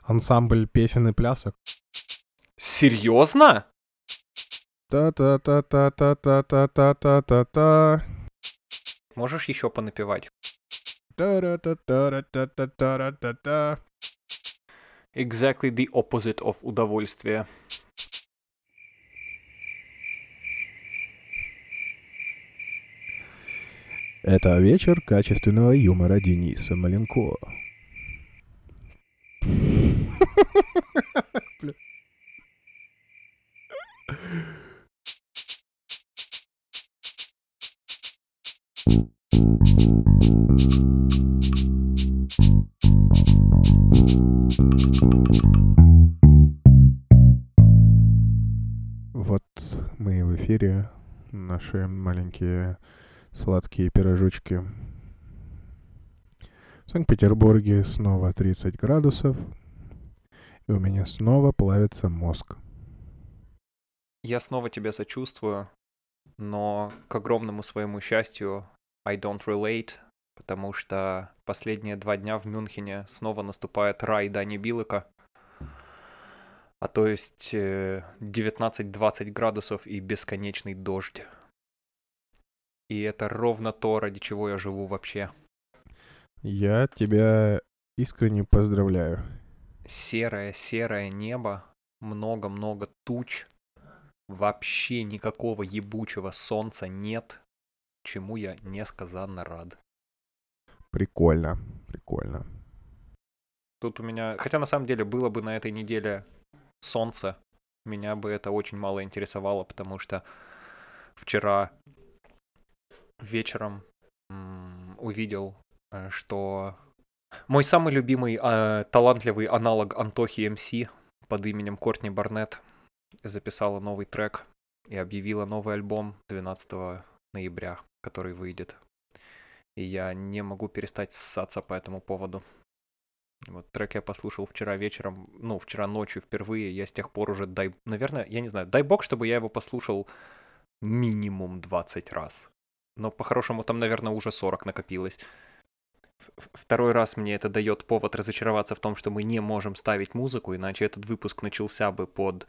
ансамбль песен и плясок. Серьезно? Та-та-та-та-та-та-та-та-та-та. Можешь еще понапевать? Та-ра-та-та-ра-та-та-та-ра-та-та. Exactly the opposite of удовольствие. Это вечер качественного юмора Дениса Маленко. Вот мы в эфире, наши маленькие сладкие пирожочки. В Санкт-Петербурге снова 30 градусов, и у меня снова плавится мозг. Я снова тебя сочувствую, но к огромному своему счастью I don't relate, потому что последние 2 дня в Мюнхене снова наступает рай Дани Билыка. А то есть 19-20 градусов и бесконечный дождь. И это ровно то, ради чего я живу вообще. Я тебя искренне поздравляю. Серое небо, много-много туч, вообще никакого ебучего солнца нет, чему я несказанно рад. Прикольно, прикольно. Тут у меня, хотя на самом деле было бы на этой неделе солнце, меня бы это очень мало интересовало, потому что вчера вечером увидел, что мой самый любимый талантливый аналог Антохи МС под именем Кортни Барнетт записала новый трек и объявила новый альбом 12 ноября, который выйдет. И я не могу перестать ссаться по этому поводу. Вот трек я послушал вчера вечером, вчера ночью впервые. Я с тех пор уже, наверное, я не знаю, дай бог, чтобы я его послушал минимум 20 раз. Но по-хорошему там, наверное, уже 40 накопилось. Второй раз мне это дает повод разочароваться в том, что мы не можем ставить музыку, иначе этот выпуск начался бы под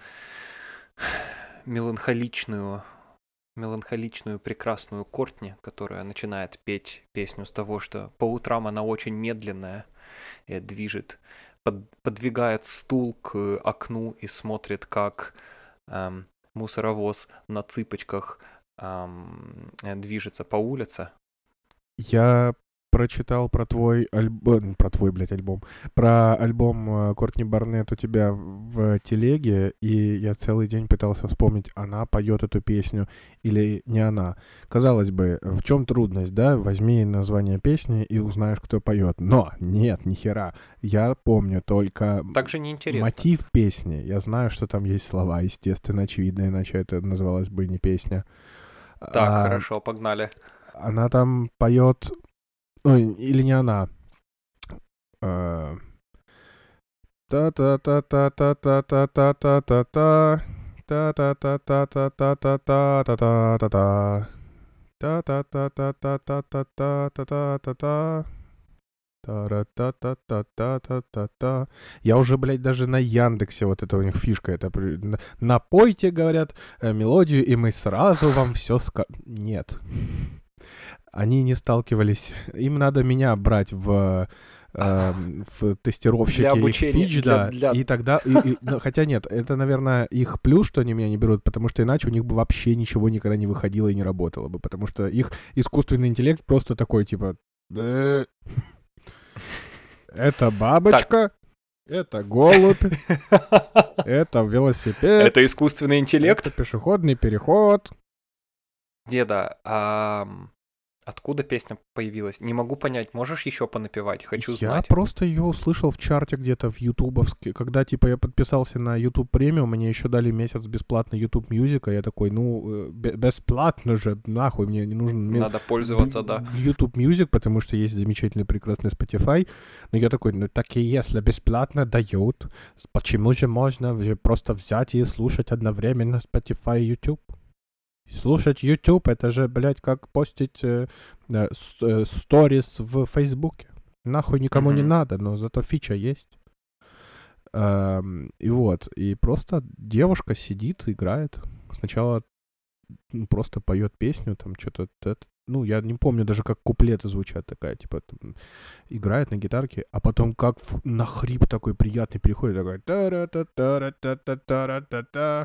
меланхоличную прекрасную Кортни, которая начинает петь песню с того, что по утрам она очень медленная и подвигает стул к окну и смотрит, как мусоровоз на цыпочках движется по улице. Я прочитал про твой альбом, про альбом Кортни Барнетт у тебя в телеге, и я целый день пытался вспомнить, она поет эту песню или не она. Казалось бы, в чем трудность, да? Возьми название песни и узнаешь, кто поет. Но нет, нихера. Я помню только Так же неинтересно. мотив песни. Я знаю, что там есть слова, естественно, очевидно, иначе это называлось бы не песня. Так, хорошо, погнали. Она там поет... Ой, или не она. Та-та-та-та-та-та-та-та-та-та. Та-та-та-та-та-та-та-та-та-та. Та-та-та-та-та-та-та-та-та-та. Та-ра-та-та-та-та-та-та. Я уже, блядь, даже на Яндексе, вот это у них фишка, это напойте, говорят, мелодию, и мы сразу вам все Нет. Они не сталкивались. Им надо меня брать в тестировщики их фиджда, и тогда... хотя нет, это, наверное, их плюс, что они меня не берут, потому что иначе у них бы вообще ничего никогда не выходило и не работало бы, потому что их искусственный интеллект просто такой, типа... Это бабочка, это голубь, это велосипед. Это искусственный интеллект? Это пешеходный переход. Деда, откуда песня появилась? Не могу понять. Можешь еще понапевать? Хочу знать. Я просто ее услышал в чарте где-то в ютубовске. Когда, типа, я подписался на YouTube Premium, мне еще дали месяц бесплатно YouTube Music, а я такой, бесплатно же, нахуй, мне не нужно... Надо пользоваться, да. YouTube Music, потому что есть замечательный, прекрасный Spotify. Но я такой, так и если бесплатно дают, почему же можно просто взять и слушать одновременно Spotify и YouTube? Слушать YouTube, это же, блядь, как постить сторис в Фейсбуке. Нахуй никому не надо, но зато фича есть. И вот, и просто девушка сидит, играет. Сначала просто поет песню, там что-то, ну, я не помню даже, как куплеты звучат, такая, типа, там, играет на гитарке, а потом как на хрип такой приятный переходит, такой та-ра-та-та-ра-та-та-та-ра-та-та,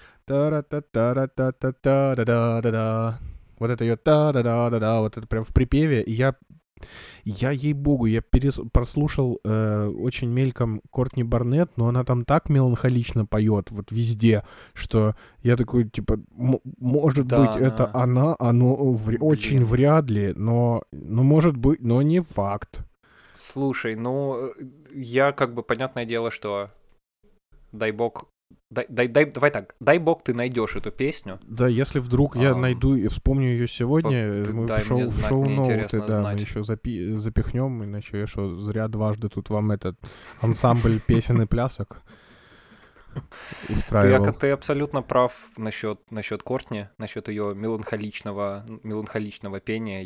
та-ра-та-та-ра-та-та-та-да-да-да-да. Вот это ее та-да-да-да-да, вот это прям в припеве, и я ей-богу, я прослушал очень мельком Кортни Барнетт, но она там так меланхолично поет, вот везде, что я такой, типа, может быть, Да, это она... она, очень Блин. вряд ли, но может быть, но не факт. Слушай, ну, я как бы, понятное дело, что дай бог... давай так, дай бог ты найдешь эту песню. Да, если вдруг я Ам, найду и вспомню ее сегодня, ты мы дай мне в знать, мне шоу-ноуты, интересно да, мы знать. еще запихнем, иначе я что, зря дважды тут вам этот ансамбль песен и плясок устраивал. Ты абсолютно прав насчет Кортни, насчет ее меланхоличного пения.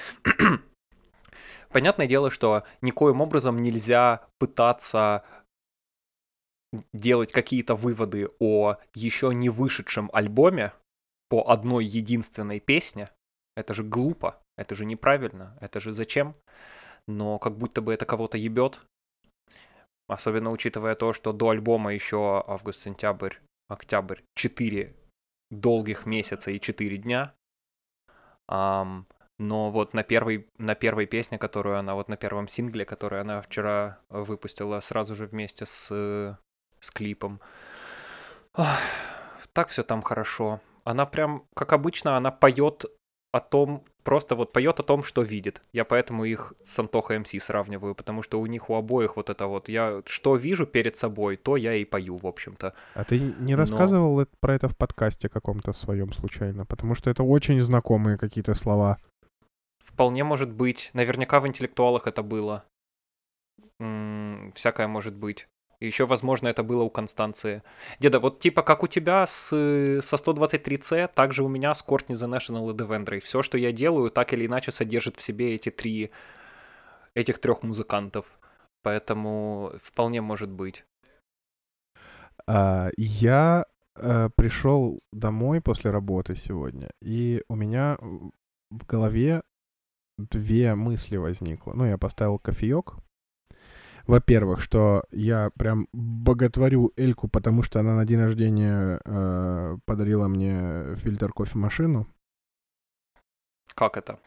Понятное дело, что никоим образом нельзя пытаться делать какие-то выводы о еще не вышедшем альбоме по одной единственной песне. Это же глупо, это же неправильно, это же зачем? Но как будто бы это кого-то ебет, особенно учитывая то, что до альбома еще август, сентябрь, октябрь, 4 долгих месяца и 4 дня. Но вот на первой песне, которую она, вот на первом сингле, который она вчера выпустила сразу же вместе с клипом, ах, так все там хорошо. Она прям, как обычно, она поет о том, просто вот поет о том, что видит. Я поэтому их с Антохой МС сравниваю, потому что у них у обоих вот это вот, я что вижу перед собой, то я и пою, в общем-то. А ты не Но рассказывал про это в подкасте каком-то своем случайно? Потому что это очень знакомые какие-то слова. вполне может быть, наверняка в интеллектуалах это было. Всякое может быть. И еще, возможно, это было у Констанции. Деда, вот типа как у тебя со 123C, так же у меня с Courtney the National и Devendra. Все, что я делаю, так или иначе содержит в себе этих трех музыкантов. Поэтому вполне может быть. Я пришел домой после работы сегодня, и у меня в голове две мысли возникло. Ну, я поставил кофеек. Во-первых, что я прям боготворю Эльку, потому что она на день рождения подарила мне фильтр кофемашину. Как это?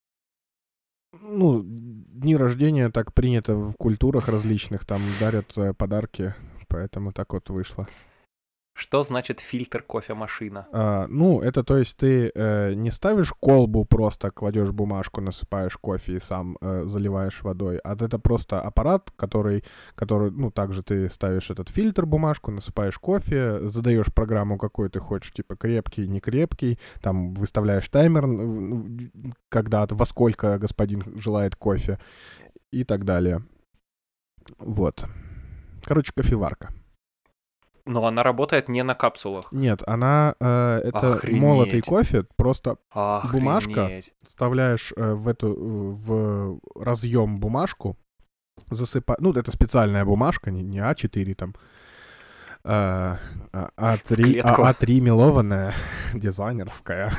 Ну, дни рождения так принято в культурах различных, там дарят подарки, поэтому так вот вышло. Что значит фильтр кофемашина? Ну, это то есть ты не ставишь колбу, просто кладешь бумажку, насыпаешь кофе и сам заливаешь водой, а это просто аппарат, который, ну, также ты ставишь этот фильтр, бумажку, насыпаешь кофе, задаешь программу, какой ты хочешь, типа крепкий, не крепкий, там выставляешь таймер, когда, во сколько господин желает кофе и так далее. Вот. Короче, кофеварка. Но она работает не на капсулах. Нет, она это молотый Охренеть. кофе, просто бумажка, Охренеть. вставляешь в разъем бумажку, засыпаешь, ну, это специальная бумажка, не А4 там, В клетку. А3 мелованная, дизайнерская.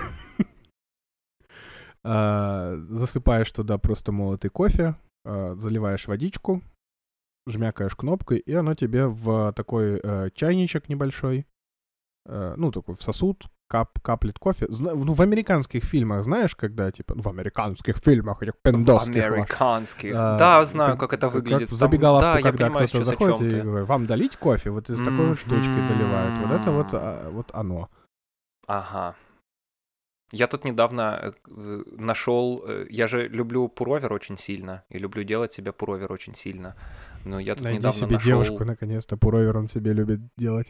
Засыпаешь туда просто молотый кофе, заливаешь водичку, жмякаешь кнопкой, и оно тебе в такой чайничек небольшой, ну, такой в сосуд, каплет кофе. Ну, в американских фильмах, знаешь, когда, типа, в американских фильмах, этих В пиндосских, американских. Да, знаю, как это как выглядит. в Там, забегаловку, да, я когда понимаю кто-то сейчас, о чем заходит и ты. говорит, вам долить кофе? Вот из такой вот штучки доливают. Вот это вот, Мгм. вот оно. Ага. Я тут недавно нашел... Я же люблю пуровер очень сильно. И люблю делать себе пуровер очень сильно. Но я тут Найди недавно себе девушку, нашел... наконец-то, пуровер он себе любит делать.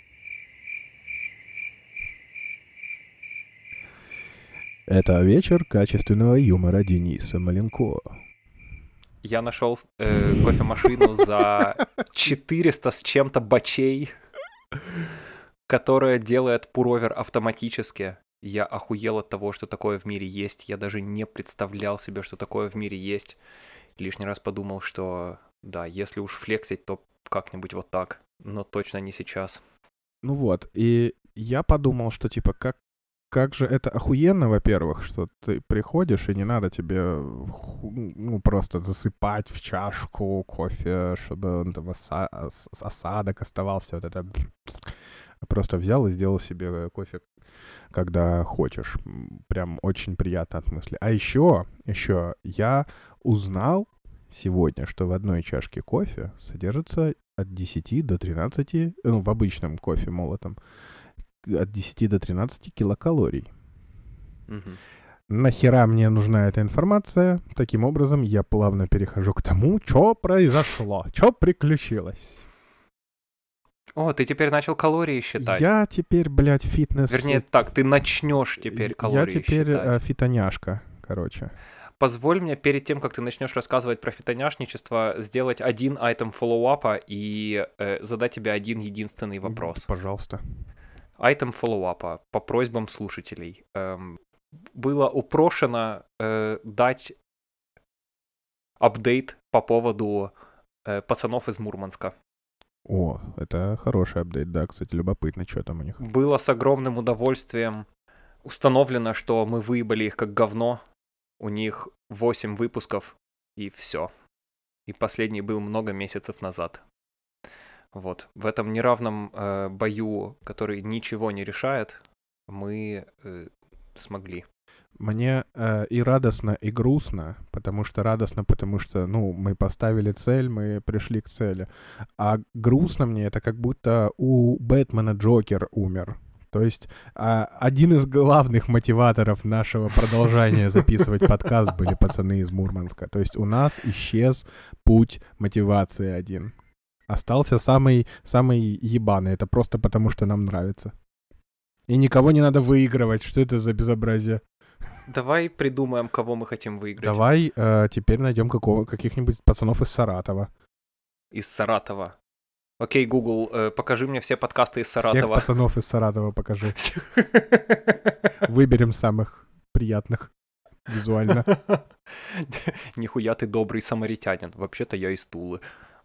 Это вечер качественного юмора Дениса Маленко. Я нашел кофемашину за 400 с чем-то бачей, которая делает пуровер автоматически. Я охуел от того, что такое в мире есть. Я даже не представлял себе, что такое в мире есть. Лишний раз подумал, что да, если уж флексить, то как-нибудь вот так, но точно не сейчас. Ну вот, и я подумал, что типа как же это охуенно, во-первых, что ты приходишь, и не надо тебе ну, просто засыпать в чашку кофе, чтобы он там осадок оставался, вот это. Просто взял и сделал себе кофе, когда хочешь. Прям очень приятно от мысли. А еще я узнал сегодня, что в одной чашке кофе содержится от 10 до 13, ну, в обычном кофе молотом, от 10 до 13 килокалорий. Мгм. Нахера мне нужна эта информация? Таким образом, я плавно перехожу к тому, что произошло, что приключилось. О, ты теперь начал калории считать. Я теперь, блядь, фитнес... Вернее, так, ты начнешь теперь Я калории теперь считать. фитоняшка, короче. Позволь мне перед тем, как ты начнешь рассказывать про фитоняшничество, сделать один айтем фоллоуапа и задать тебе один единственный вопрос. Пожалуйста. Айтем фоллоуапа по просьбам слушателей. Было упрошено дать апдейт по поводу пацанов из Мурманска. О, это хороший апдейт, да, кстати, любопытно, что там у них. Было с огромным удовольствием установлено, что мы выебали их как говно. У них 8 выпусков, и все. И последний был много месяцев назад. Вот. В этом неравном бою, который ничего не решает, мы смогли. Мне и радостно, и грустно, потому что, ну, мы поставили цель, мы пришли к цели. А грустно мне это как будто у Бэтмена Джокер умер. То есть один из главных мотиваторов нашего продолжения записывать подкаст были пацаны из Мурманска. То есть у нас исчез путь мотивации один. Остался самый ебаный. Это просто потому, что нам нравится. И никого не надо выигрывать. Что это за безобразие? Давай придумаем, кого мы хотим выиграть. Давай теперь найдем каких-нибудь пацанов из Саратова. Из Саратова. Окей, Google, покажи мне все подкасты из Всех Саратова. пацанов из Саратова покажи. Выберем самых приятных визуально. Нихуя ты добрый самаритянин. Вообще-то я из Тулы.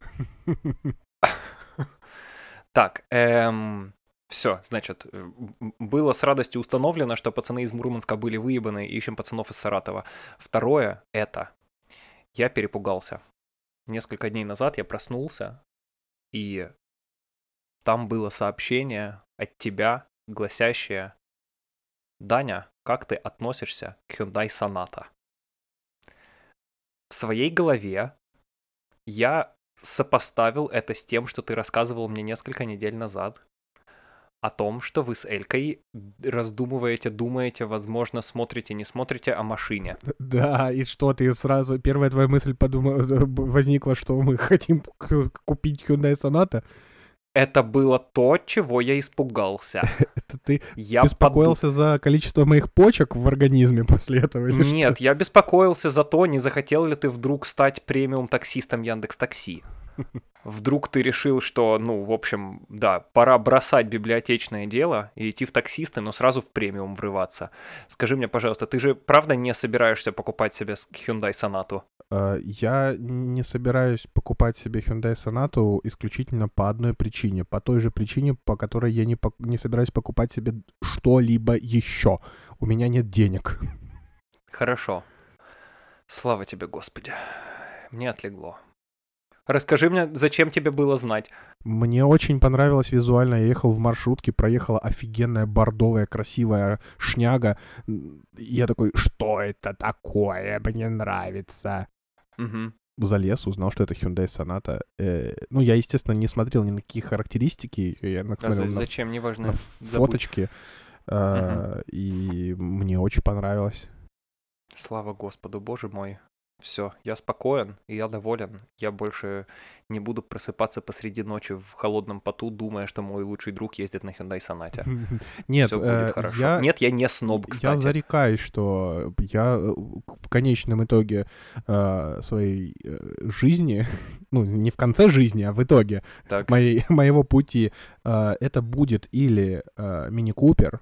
Так, все, значит, было с радостью установлено, что пацаны из Мурманска были выебаны, и ищем пацанов из Саратова. Второе — это я перепугался. Несколько дней назад я проснулся, и там было сообщение от тебя, гласящее: «Даня, как ты относишься к Hyundai Sonata?» В своей голове я сопоставил это с тем, что ты рассказывал мне несколько недель назад, о том, что вы с Элькой раздумываете, думаете, возможно, смотрите, не смотрите о машине. Да, и что ты сразу... Первая твоя мысль возникла, что мы хотим купить Hyundai Sonata? Это было то, чего я испугался. Это ты Я беспокоился за количество моих почек в организме после этого? Или Нет, что? я беспокоился за то, не захотел ли ты вдруг стать премиум-таксистом Яндекс.Такси. Вдруг ты решил, что, ну, в общем, да, пора бросать библиотечное дело и идти в таксисты, но сразу в премиум врываться. Скажи мне, пожалуйста, ты же правда не собираешься покупать себе Hyundai Sonata? Я не собираюсь покупать себе Hyundai Sonata исключительно по одной причине. По той же причине, по которой я не собираюсь покупать себе что-либо еще. У меня нет денег. Хорошо. Слава тебе, Господи. Мне отлегло. Расскажи мне, зачем тебе было знать? Мне очень понравилось визуально. Я ехал в маршрутке, проехала офигенная бордовая красивая шняга. Я такой, что это такое? Мне нравится. Угу. Залез, узнал, что это Hyundai Sonata. Ну, я, естественно, не смотрел ни на какие характеристики. Я смотрел Зачем, неважно. на фоточки. И мне очень понравилось. Слава Господу, Боже мой. Все, я спокоен, и я доволен. Я больше не буду просыпаться посреди ночи в холодном поту, думая, что мой лучший друг ездит на Hyundai Sonata. Нет, Все будет хорошо. Нет, я не сноб, кстати. Я зарекаюсь, что я в конечном итоге своей жизни, ну, не в конце жизни, а в итоге моего пути, это будет или Мини Купер,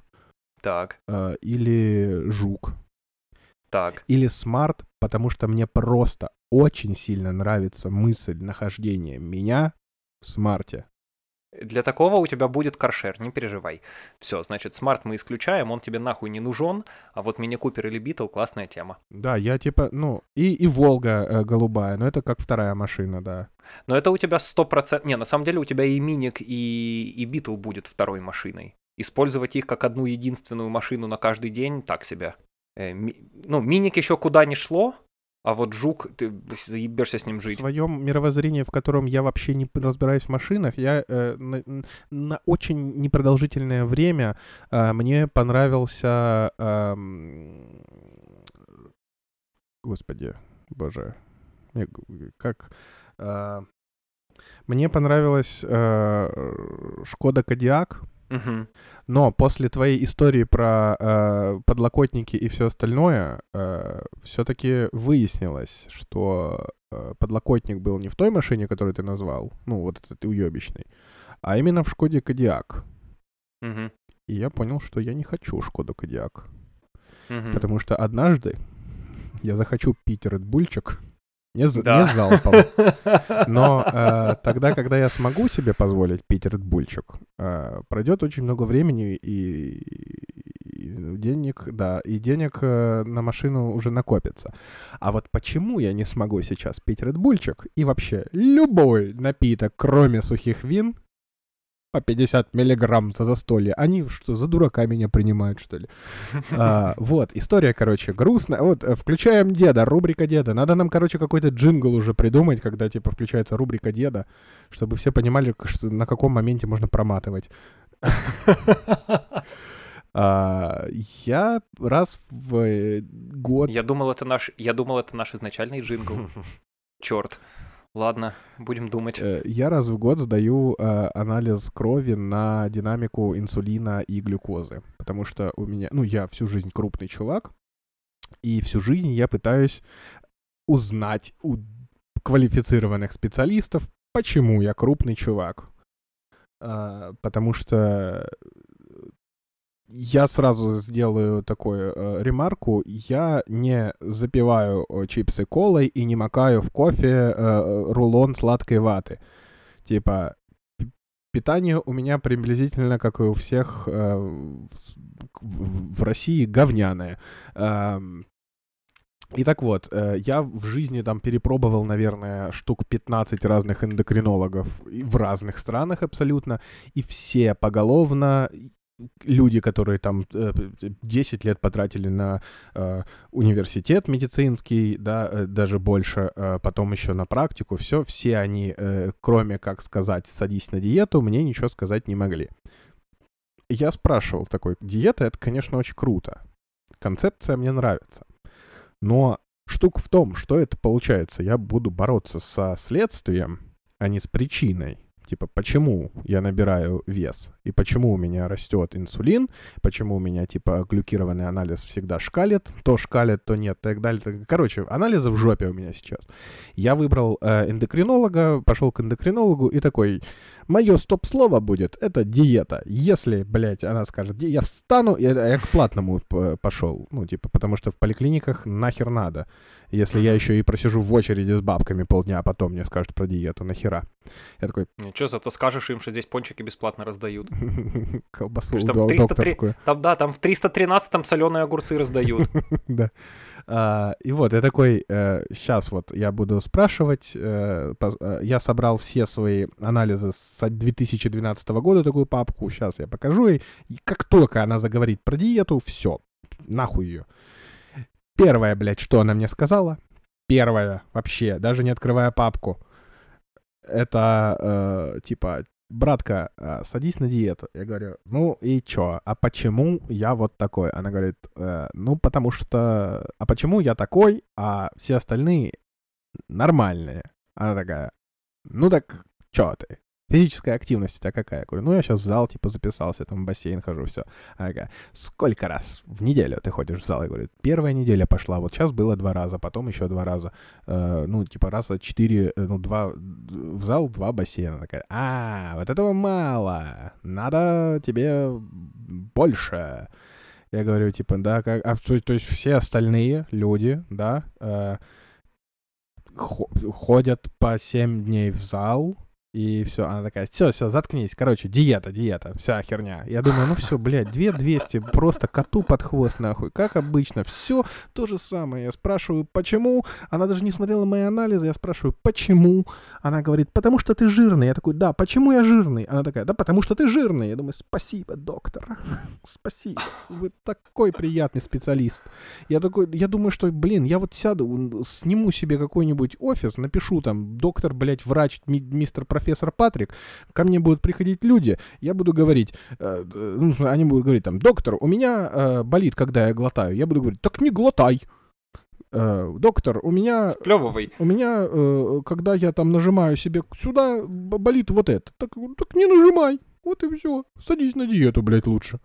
или Жук. Так. Или смарт, потому что мне просто очень сильно нравится мысль нахождения меня В смарте. Для такого у тебя будет каршер, не переживай. Все, значит, смарт мы исключаем, он тебе нахуй не нужен, а вот мини-купер или Битл классная тема. Да, я типа, ну, и Волга голубая, но это как вторая машина, да. Но это у тебя 100%... Не, на самом деле у тебя и Миник, и Битл будет второй машиной. Использовать их как одну единственную машину на каждый день, так себе. Ну, Миник еще куда ни шло, а вот Жук, ты заебешься с ним В жить. своем мировоззрении, в котором я вообще не разбираюсь в машинах, я на очень непродолжительное время мне понравился... Господи, боже, как... Мне понравилась Шкода Кодиак, Угу. но после твоей истории про подлокотники и все остальное, все-таки выяснилось, что подлокотник был не в той машине, которую ты назвал, ну, вот этот уебищный, а именно в Шкоде Кодиак. Угу. И я понял, что я не хочу Шкоду Кодиак. Угу. Потому что однажды я захочу пить Редбульчик не Да. залпом. Но тогда, когда я смогу себе позволить пить Редбульчик, пройдет очень много времени и денег, да, и денег на машину уже накопится. А вот почему я не смогу сейчас пить Редбульчик и вообще любой напиток, кроме сухих вин, по 50 миллиграмм за застолье, они что, за дурака меня принимают, что ли? Вот, история, короче, грустная. Вот, включаем деда, рубрика деда. Надо нам, короче, какой-то джингл уже придумать, когда, типа, включается рубрика деда, чтобы все понимали, что, на каком моменте можно проматывать. Я раз в год... Я думал, это наш изначальный джингл. Черт. Ладно, будем думать. Я раз в год сдаю анализ крови на динамику инсулина и глюкозы. Потому что у меня... Ну, я всю жизнь крупный чувак, и всю жизнь я пытаюсь узнать у квалифицированных специалистов, почему я крупный чувак. Потому что я сразу сделаю такую ремарку. Я не запиваю чипсы колой и не макаю в кофе рулон сладкой ваты. Типа, питание у меня приблизительно, как и у всех в России, говняное. И так вот, я в жизни там перепробовал, наверное, штук 15 разных эндокринологов в разных странах абсолютно, и все поголовно люди, которые там 10 лет потратили на университет медицинский, да, даже больше, потом еще на практику, все они, кроме как сказать «садись на диету», мне ничего сказать не могли. Я спрашивал такой, диета — это, конечно, очень круто, концепция мне нравится, но штука в том, что это получается, я буду бороться со следствием, а не с причиной. Типа, почему я набираю вес, и почему у меня растет инсулин, почему у меня, типа, глюкированный анализ всегда шкалит, то нет, так далее. Короче, анализы в жопе у меня сейчас. Я выбрал эндокринолога, пошел к эндокринологу и такой, мое стоп-слово будет, это диета. Если, блядь, она скажет, я встану, я к платному пошел, ну, типа, потому что в поликлиниках нахер надо. Если я еще и просижу в очереди с бабками полдня, а потом мне скажут про диету, нахера? Я такой... Ничего, зато скажешь им, что здесь пончики бесплатно раздают. Колбасу Там докторскую. Там в 313-м соленые огурцы раздают. Да. И вот, я такой, сейчас вот я буду спрашивать, я собрал все свои анализы с 2012 года, такую папку, сейчас я покажу ей, и как только она заговорит про диету, все, нахуй ее. Первое, блядь, что она мне сказала, первое, вообще, даже не открывая папку, это, типа, братка, садись на диету. Я говорю, ну и чё, а почему я вот такой? Она говорит, ну потому что, а почему я такой, а все остальные нормальные? Она такая, ну так чё ты? Физическая активность у тебя какая? Я говорю, ну я сейчас в зал типа записался, там в бассейн хожу, все. Она такая, сколько раз в неделю ты ходишь в зал? Я говорю, первая неделя пошла, вот сейчас было 2 раза, потом еще 2 раза. Ну типа раза 4, ну 2 в зал, 2 бассейна. Она такая, вот этого мало, надо тебе больше. Я говорю, типа, да, как, то есть все остальные люди, да, ходят по 7 дней в зал, И все, она такая, все, заткнись. Короче, диета, вся херня. Я думаю, ну все, блядь, 2200, просто коту под хвост, нахуй. Как обычно, все то же самое. Я спрашиваю, почему? Она даже не смотрела мои анализы. Я спрашиваю, почему? Она говорит, потому что ты жирный. Я такой, да, почему я жирный? Она такая, да, потому что ты жирный. Я думаю, спасибо, доктор. Спасибо. Вы такой приятный специалист. Я такой, я думаю, что, блин, я вот сяду, сниму себе какой-нибудь офис, напишу там, доктор, блядь, врач, мистер профессор Патрик, ко мне будут приходить люди, я буду говорить, они будут говорить там, доктор, у меня болит, когда я глотаю. Я буду говорить, так не глотай. Доктор, у меня, Сплёвывай. когда я там нажимаю себе сюда, болит вот это. Так не нажимай. Вот и все. Садись на диету, блядь, лучше.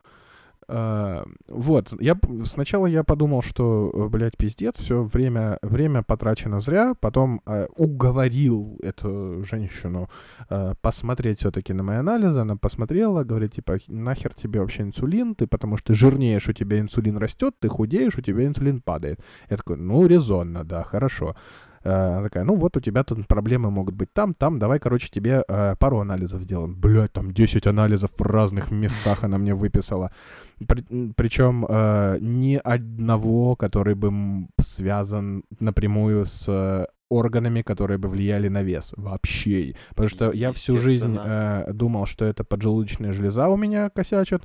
Вот, сначала я подумал, что, блядь, пиздец, все время потрачено зря, потом уговорил эту женщину посмотреть все-таки на мои анализы, она посмотрела, говорит, типа, нахер тебе вообще инсулин, ты потому что жирнеешь, у тебя инсулин растет, ты худеешь, у тебя инсулин падает. Я такой, ну, резонно, да, хорошо. Она такая, ну вот у тебя тут проблемы могут быть там, давай, короче, тебе пару анализов сделаем. Блядь, там 10 анализов в разных местах она мне выписала. Причем ни одного, который бы связан напрямую с органами, которые бы влияли на вес. Вообще. Потому что я всю жизнь думал, что это поджелудочная железа у меня косячат.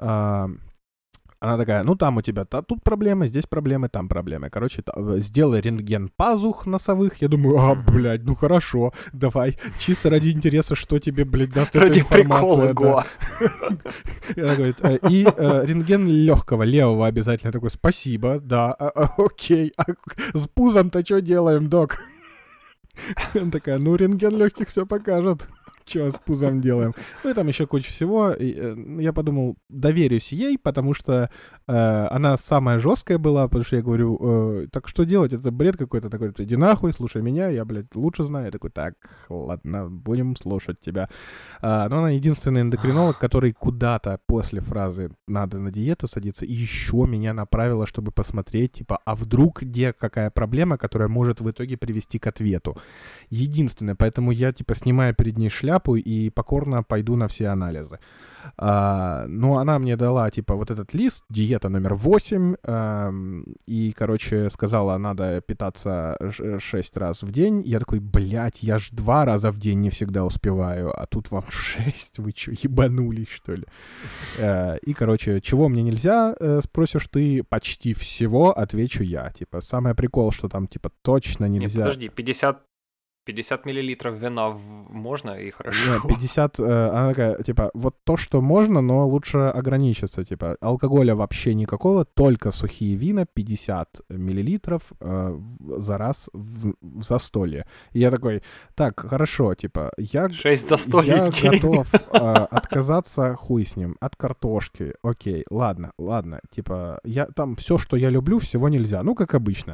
Она такая, ну там у тебя тут проблемы, здесь проблемы, там проблемы. Короче, сделай рентген пазух носовых. Я думаю, блядь, ну хорошо, давай. Чисто ради интереса, что тебе, блядь, даст эта информация. Да. Она говорит, и рентген легкого, левого обязательно. Я такой, спасибо, да, окей. А с пузом-то что делаем, док? Она такая, ну рентген легких все покажет. Что с пузом делаем? Ну и там еще куча всего. Я подумал, доверюсь ей, потому что она самая жесткая была, потому что я говорю, так что делать? Это бред какой-то. Такой, иди нахуй, слушай меня, я, блядь, лучше знаю. Я такой, так, ладно, будем слушать тебя. Но она единственный эндокринолог, который куда-то после фразы «надо на диету садиться» еще меня направила, чтобы посмотреть, типа, а вдруг где какая проблема, которая может в итоге привести к ответу. Единственное, поэтому я, типа, снимаю перед ней шляпу и покорно пойду на все анализы. Но она мне дала, типа, вот этот лист, диета номер 8, и, короче, сказала, надо питаться 6 раз в день. Я такой, блядь, я ж 2 раза в день не всегда успеваю, а тут вам 6, вы что, ебанулись, что ли? И, короче, чего мне нельзя, спросишь ты, почти всего, отвечу я. Типа, самое прикол, что там, типа, точно нельзя... Нет, подожди, 50 миллилитров вина можно и хорошо. Нет, 50, она такая, типа, вот то, что можно, но лучше ограничиться, типа, алкоголя вообще никакого, только сухие вина, 50 миллилитров за раз в застолье. И я такой, так, хорошо, типа, 6 застольев. Я готов отказаться, хуй с ним, от картошки, окей, ладно, типа, я там все, что я люблю, всего нельзя, ну, как обычно.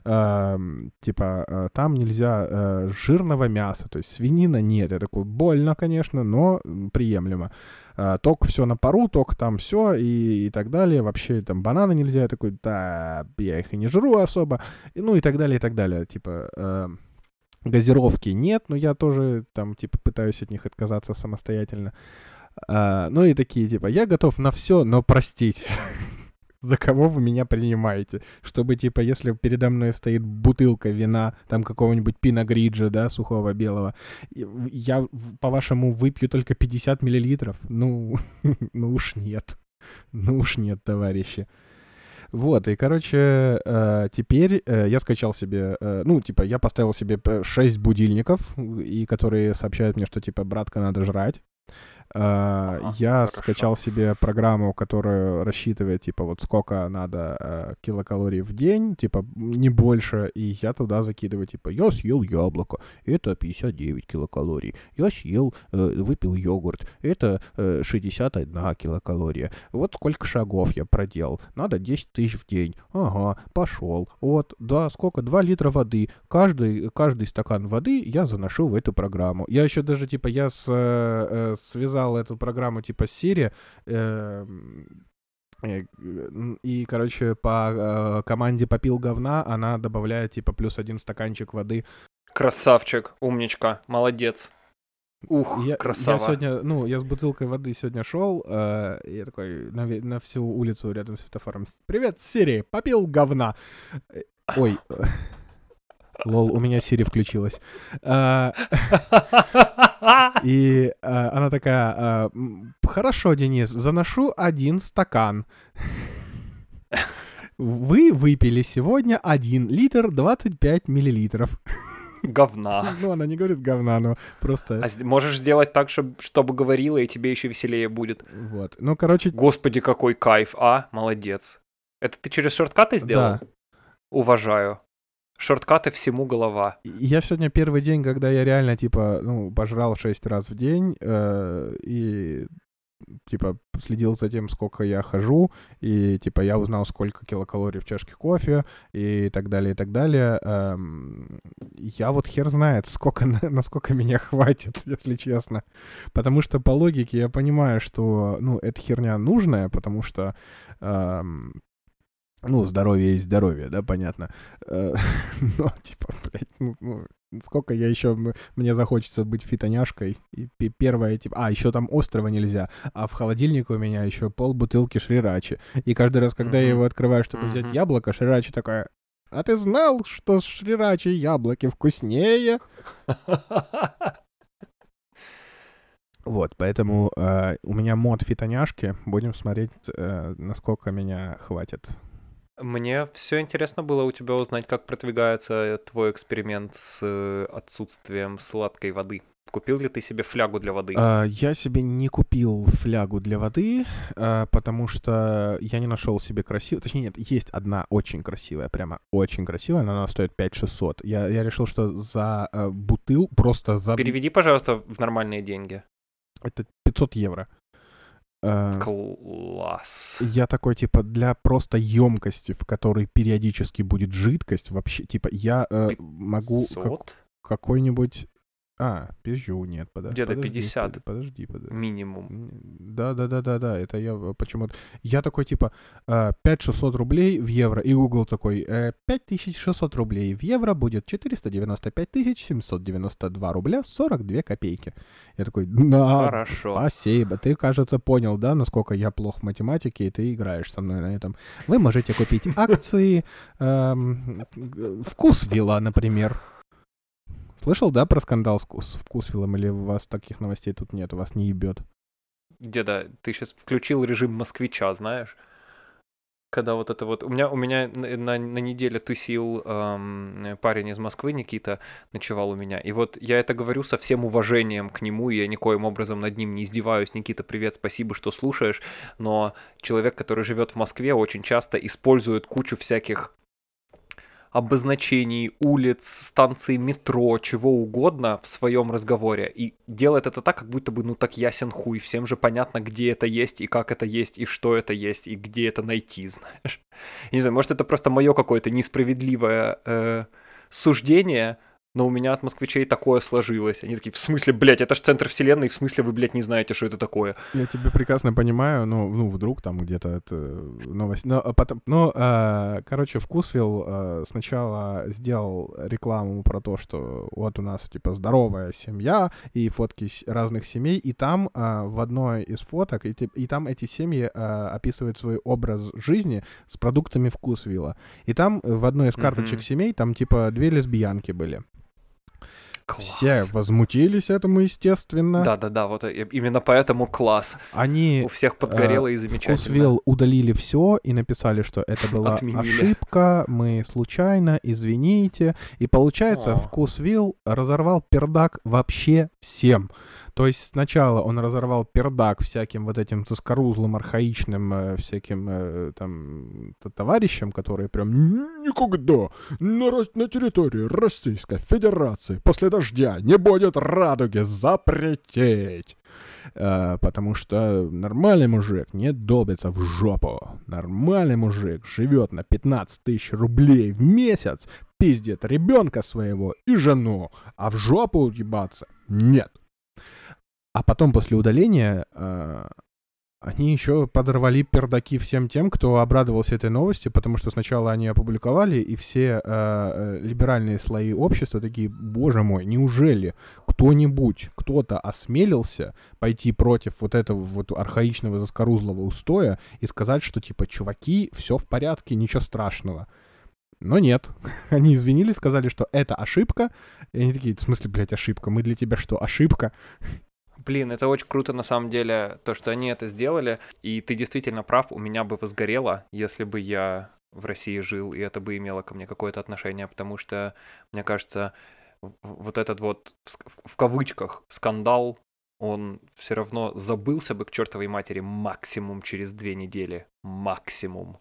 Типа, там нельзя жирного мяса, то есть свинина нет. Я такой, больно, конечно, но приемлемо. Ток все на пару, ток там все и так далее. Вообще там бананы нельзя. Я такой, да, я их и не жру особо. Ну и так далее, и так далее. Типа, газировки нет, но я тоже там, типа, пытаюсь от них отказаться самостоятельно. Ну и такие, типа, я готов на все, но простите. За кого вы меня принимаете? Чтобы, типа, если передо мной стоит бутылка вина, там, какого-нибудь Пино Гриджо, да, сухого белого, я, по-вашему, выпью только 50 миллилитров? Ну, ну уж нет. Ну уж нет, товарищи. Вот, и, короче, теперь я скачал себе, ну, типа, я поставил себе 6 будильников, и которые сообщают мне, что, типа, братка, надо жрать. Я скачал себе программу, которая рассчитывает, типа, вот сколько надо килокалорий в день, типа, не больше, и я туда закидываю, типа, я съел яблоко, это 59 килокалорий, я съел, выпил йогурт, это 61 килокалория, вот сколько шагов я проделал, надо 10 тысяч в день, ага, пошел, вот, да, сколько, 2 литра воды, каждый стакан воды я заношу в эту программу. Я еще даже, типа, я связал эту программу типа Siri, и, короче, по команде «попил говна» она добавляет, типа, +1 стаканчик воды. Красавчик, умничка, молодец. Ух, Я красава. сегодня, ну, я с бутылкой воды сегодня шел, и я такой на всю улицу рядом с светофором. Привет, Сири, попил говна. Ой, лол, у меня Сири включилась. И она такая, хорошо, Денис, заношу 1 стакан. Вы выпили сегодня 1 литр 25 миллилитров. Говна. Ну, она не говорит говна, но просто... А можешь сделать так, чтобы говорила, и тебе еще веселее будет. Вот. Ну, короче... Господи, какой кайф, а? Молодец. Это ты через шорткаты сделал? Да. Уважаю. Шорткаты всему голова. Я сегодня первый день, когда я реально, типа, ну, пожрал 6 раз в день, и, типа, следил за тем, сколько я хожу, и, типа, я узнал, сколько килокалорий в чашке кофе, и так далее, и так далее. Я вот хер знает, насколько меня хватит, если честно. Потому что по логике я понимаю, что, ну, эта херня нужная, потому что... Ну, здоровье есть здоровье, да, понятно. Но, типа, блядь, ну, сколько я еще... Мне захочется быть фитоняшкой. И первое, типа... еще там острого нельзя. А в холодильнике у меня еще полбутылки шрирачи. И каждый раз, когда я его открываю, чтобы взять яблоко, шрирачи такая... А ты знал, что с шрирачи яблоки вкуснее? Вот, поэтому у меня мод фитоняшки. Будем смотреть, насколько меня хватит. Мне все интересно было у тебя узнать, как продвигается твой эксперимент с отсутствием сладкой воды. Купил ли ты себе флягу для воды? Я себе не купил флягу для воды, потому что я не нашел себе красивую... Точнее, нет, есть одна очень красивая, прямо очень красивая, но она стоит 5600. Я решил, что за просто за... Переведи, пожалуйста, в нормальные деньги. Это 500 евро. Класс. Я такой, типа, для просто емкости, в которой периодически будет жидкость, вообще, типа, я могу какой-нибудь... пизжу, нет, Где-то 50. Подожди. Минимум. Да, это я почему-то... Я такой, типа, 5600 рублей в евро, и Google такой, 5600 рублей в евро будет 495 792 рубля 42 копейки. Я такой, хорошо. Спасибо. Ты, кажется, понял, да, насколько я плох в математике, и ты играешь со мной на этом. Вы можете купить акции Вкусвилла, например. Слышал, да, про скандал с Вкусвиллом, или у вас таких новостей тут нет, у вас не ебет? Деда, ты сейчас включил режим москвича, знаешь? Когда вот это вот... У меня на неделе тусил парень из Москвы, Никита, ночевал у меня. И вот я это говорю со всем уважением к нему, и я никоим образом над ним не издеваюсь. Никита, привет, спасибо, что слушаешь. Но человек, который живет в Москве, очень часто использует кучу всяких обозначений улиц, станций метро, чего угодно в своем разговоре. И делает это так, как будто бы, ну так ясен хуй. Всем же понятно, где это есть, и как это есть, и что это есть, и где это найти, знаешь. Я не знаю, может, это просто мое какое-то несправедливое суждение, но у меня от москвичей такое сложилось. Они такие, в смысле, блядь, это ж центр вселенной, в смысле вы, блядь, не знаете, что это такое? Я тебя прекрасно понимаю, ну вдруг там где-то это новость. Короче, Вкусвилл сначала сделал рекламу про то, что вот у нас, типа, здоровая семья, и фотки разных семей, и там в одной из фоток, и там эти семьи описывают свой образ жизни с продуктами Вкусвилла. И там в одной из карточек семей, там, типа, 2 лесбиянки были. Класс. Все возмутились этому, естественно. Да, вот именно поэтому класс. Они у всех подгорело и замечательно. Вкусвилл удалили все и написали, что это была ошибка, мы случайно, извините. И получается, Вкусвилл разорвал пердак вообще всем. То есть сначала он разорвал пердак всяким вот этим заскорузлым, архаичным всяким там товарищам, которые прям никогда на территории Российской Федерации после дождя не будет радуги, запретить. Потому что нормальный мужик не долбится в жопу. Нормальный мужик живет на 15 000 рублей в месяц, пиздит ребенка своего и жену, а в жопу ебаться нет. А потом после удаления Они еще подорвали пердаки всем тем, кто обрадовался этой новости, потому что сначала они опубликовали, и все либеральные слои общества такие: боже мой, неужели кто-то осмелился пойти против вот этого вот архаичного заскорузлого устоя и сказать, что типа, чуваки, все в порядке, ничего страшного. Но нет. Они извинились, сказали, что это ошибка. И они такие: в смысле, блядь, ошибка? Мы для тебя что, ошибка? Блин, это очень круто на самом деле, то, что они это сделали. И ты действительно прав, у меня бы возгорело, если бы я в России жил, и это бы имело ко мне какое-то отношение, потому что, мне кажется, вот этот вот, в кавычках, скандал, он все равно забылся бы к чертовой матери максимум через 2 недели. Максимум.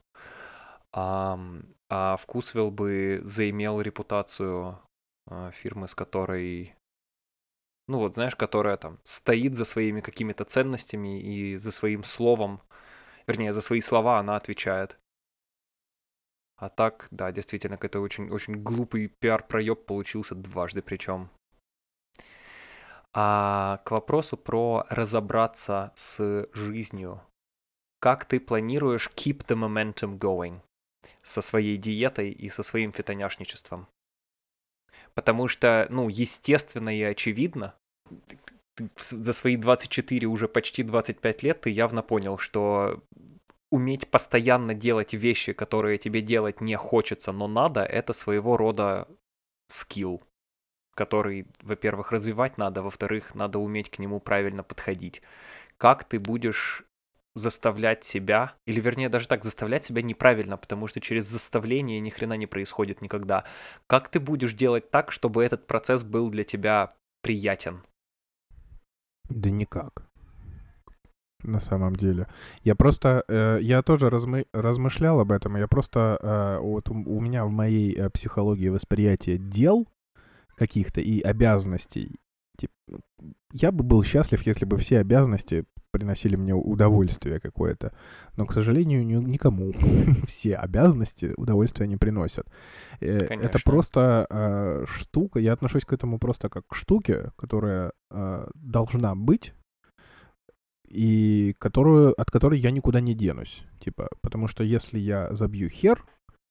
А Вкусвилл бы заимел репутацию фирмы, с которой, ну вот, знаешь, которая там стоит за своими какими-то ценностями и за своим словом, вернее, за свои слова она отвечает. А так, да, действительно, какой-то очень глупый пиар-проеб получился дважды причем. А к вопросу про разобраться с жизнью. Как ты планируешь keep the momentum going со своей диетой и со своим фитоняшничеством? Потому что, ну, естественно и очевидно, за свои 24, уже почти 25 лет ты явно понял, что уметь постоянно делать вещи, которые тебе делать не хочется, но надо, это своего рода скилл, который, во-первых, развивать надо, во-вторых, надо уметь к нему правильно подходить. Как ты будешь заставлять себя, или вернее даже так, заставлять себя неправильно, потому что через заставление ни хрена не происходит никогда. Как ты будешь делать так, чтобы этот процесс был для тебя приятен? Да никак. На самом деле. Я просто, я тоже размышлял об этом. Я просто, вот у меня в моей психологии восприятие дел каких-то и обязанностей, я бы был счастлив, если бы все обязанности приносили мне удовольствие какое-то. Но, к сожалению, никому все обязанности удовольствия не приносят. Это Конечно. просто штука. Я отношусь к этому просто как к штуке, которая должна быть, и от которой я никуда не денусь. Типа, потому что если я забью хер,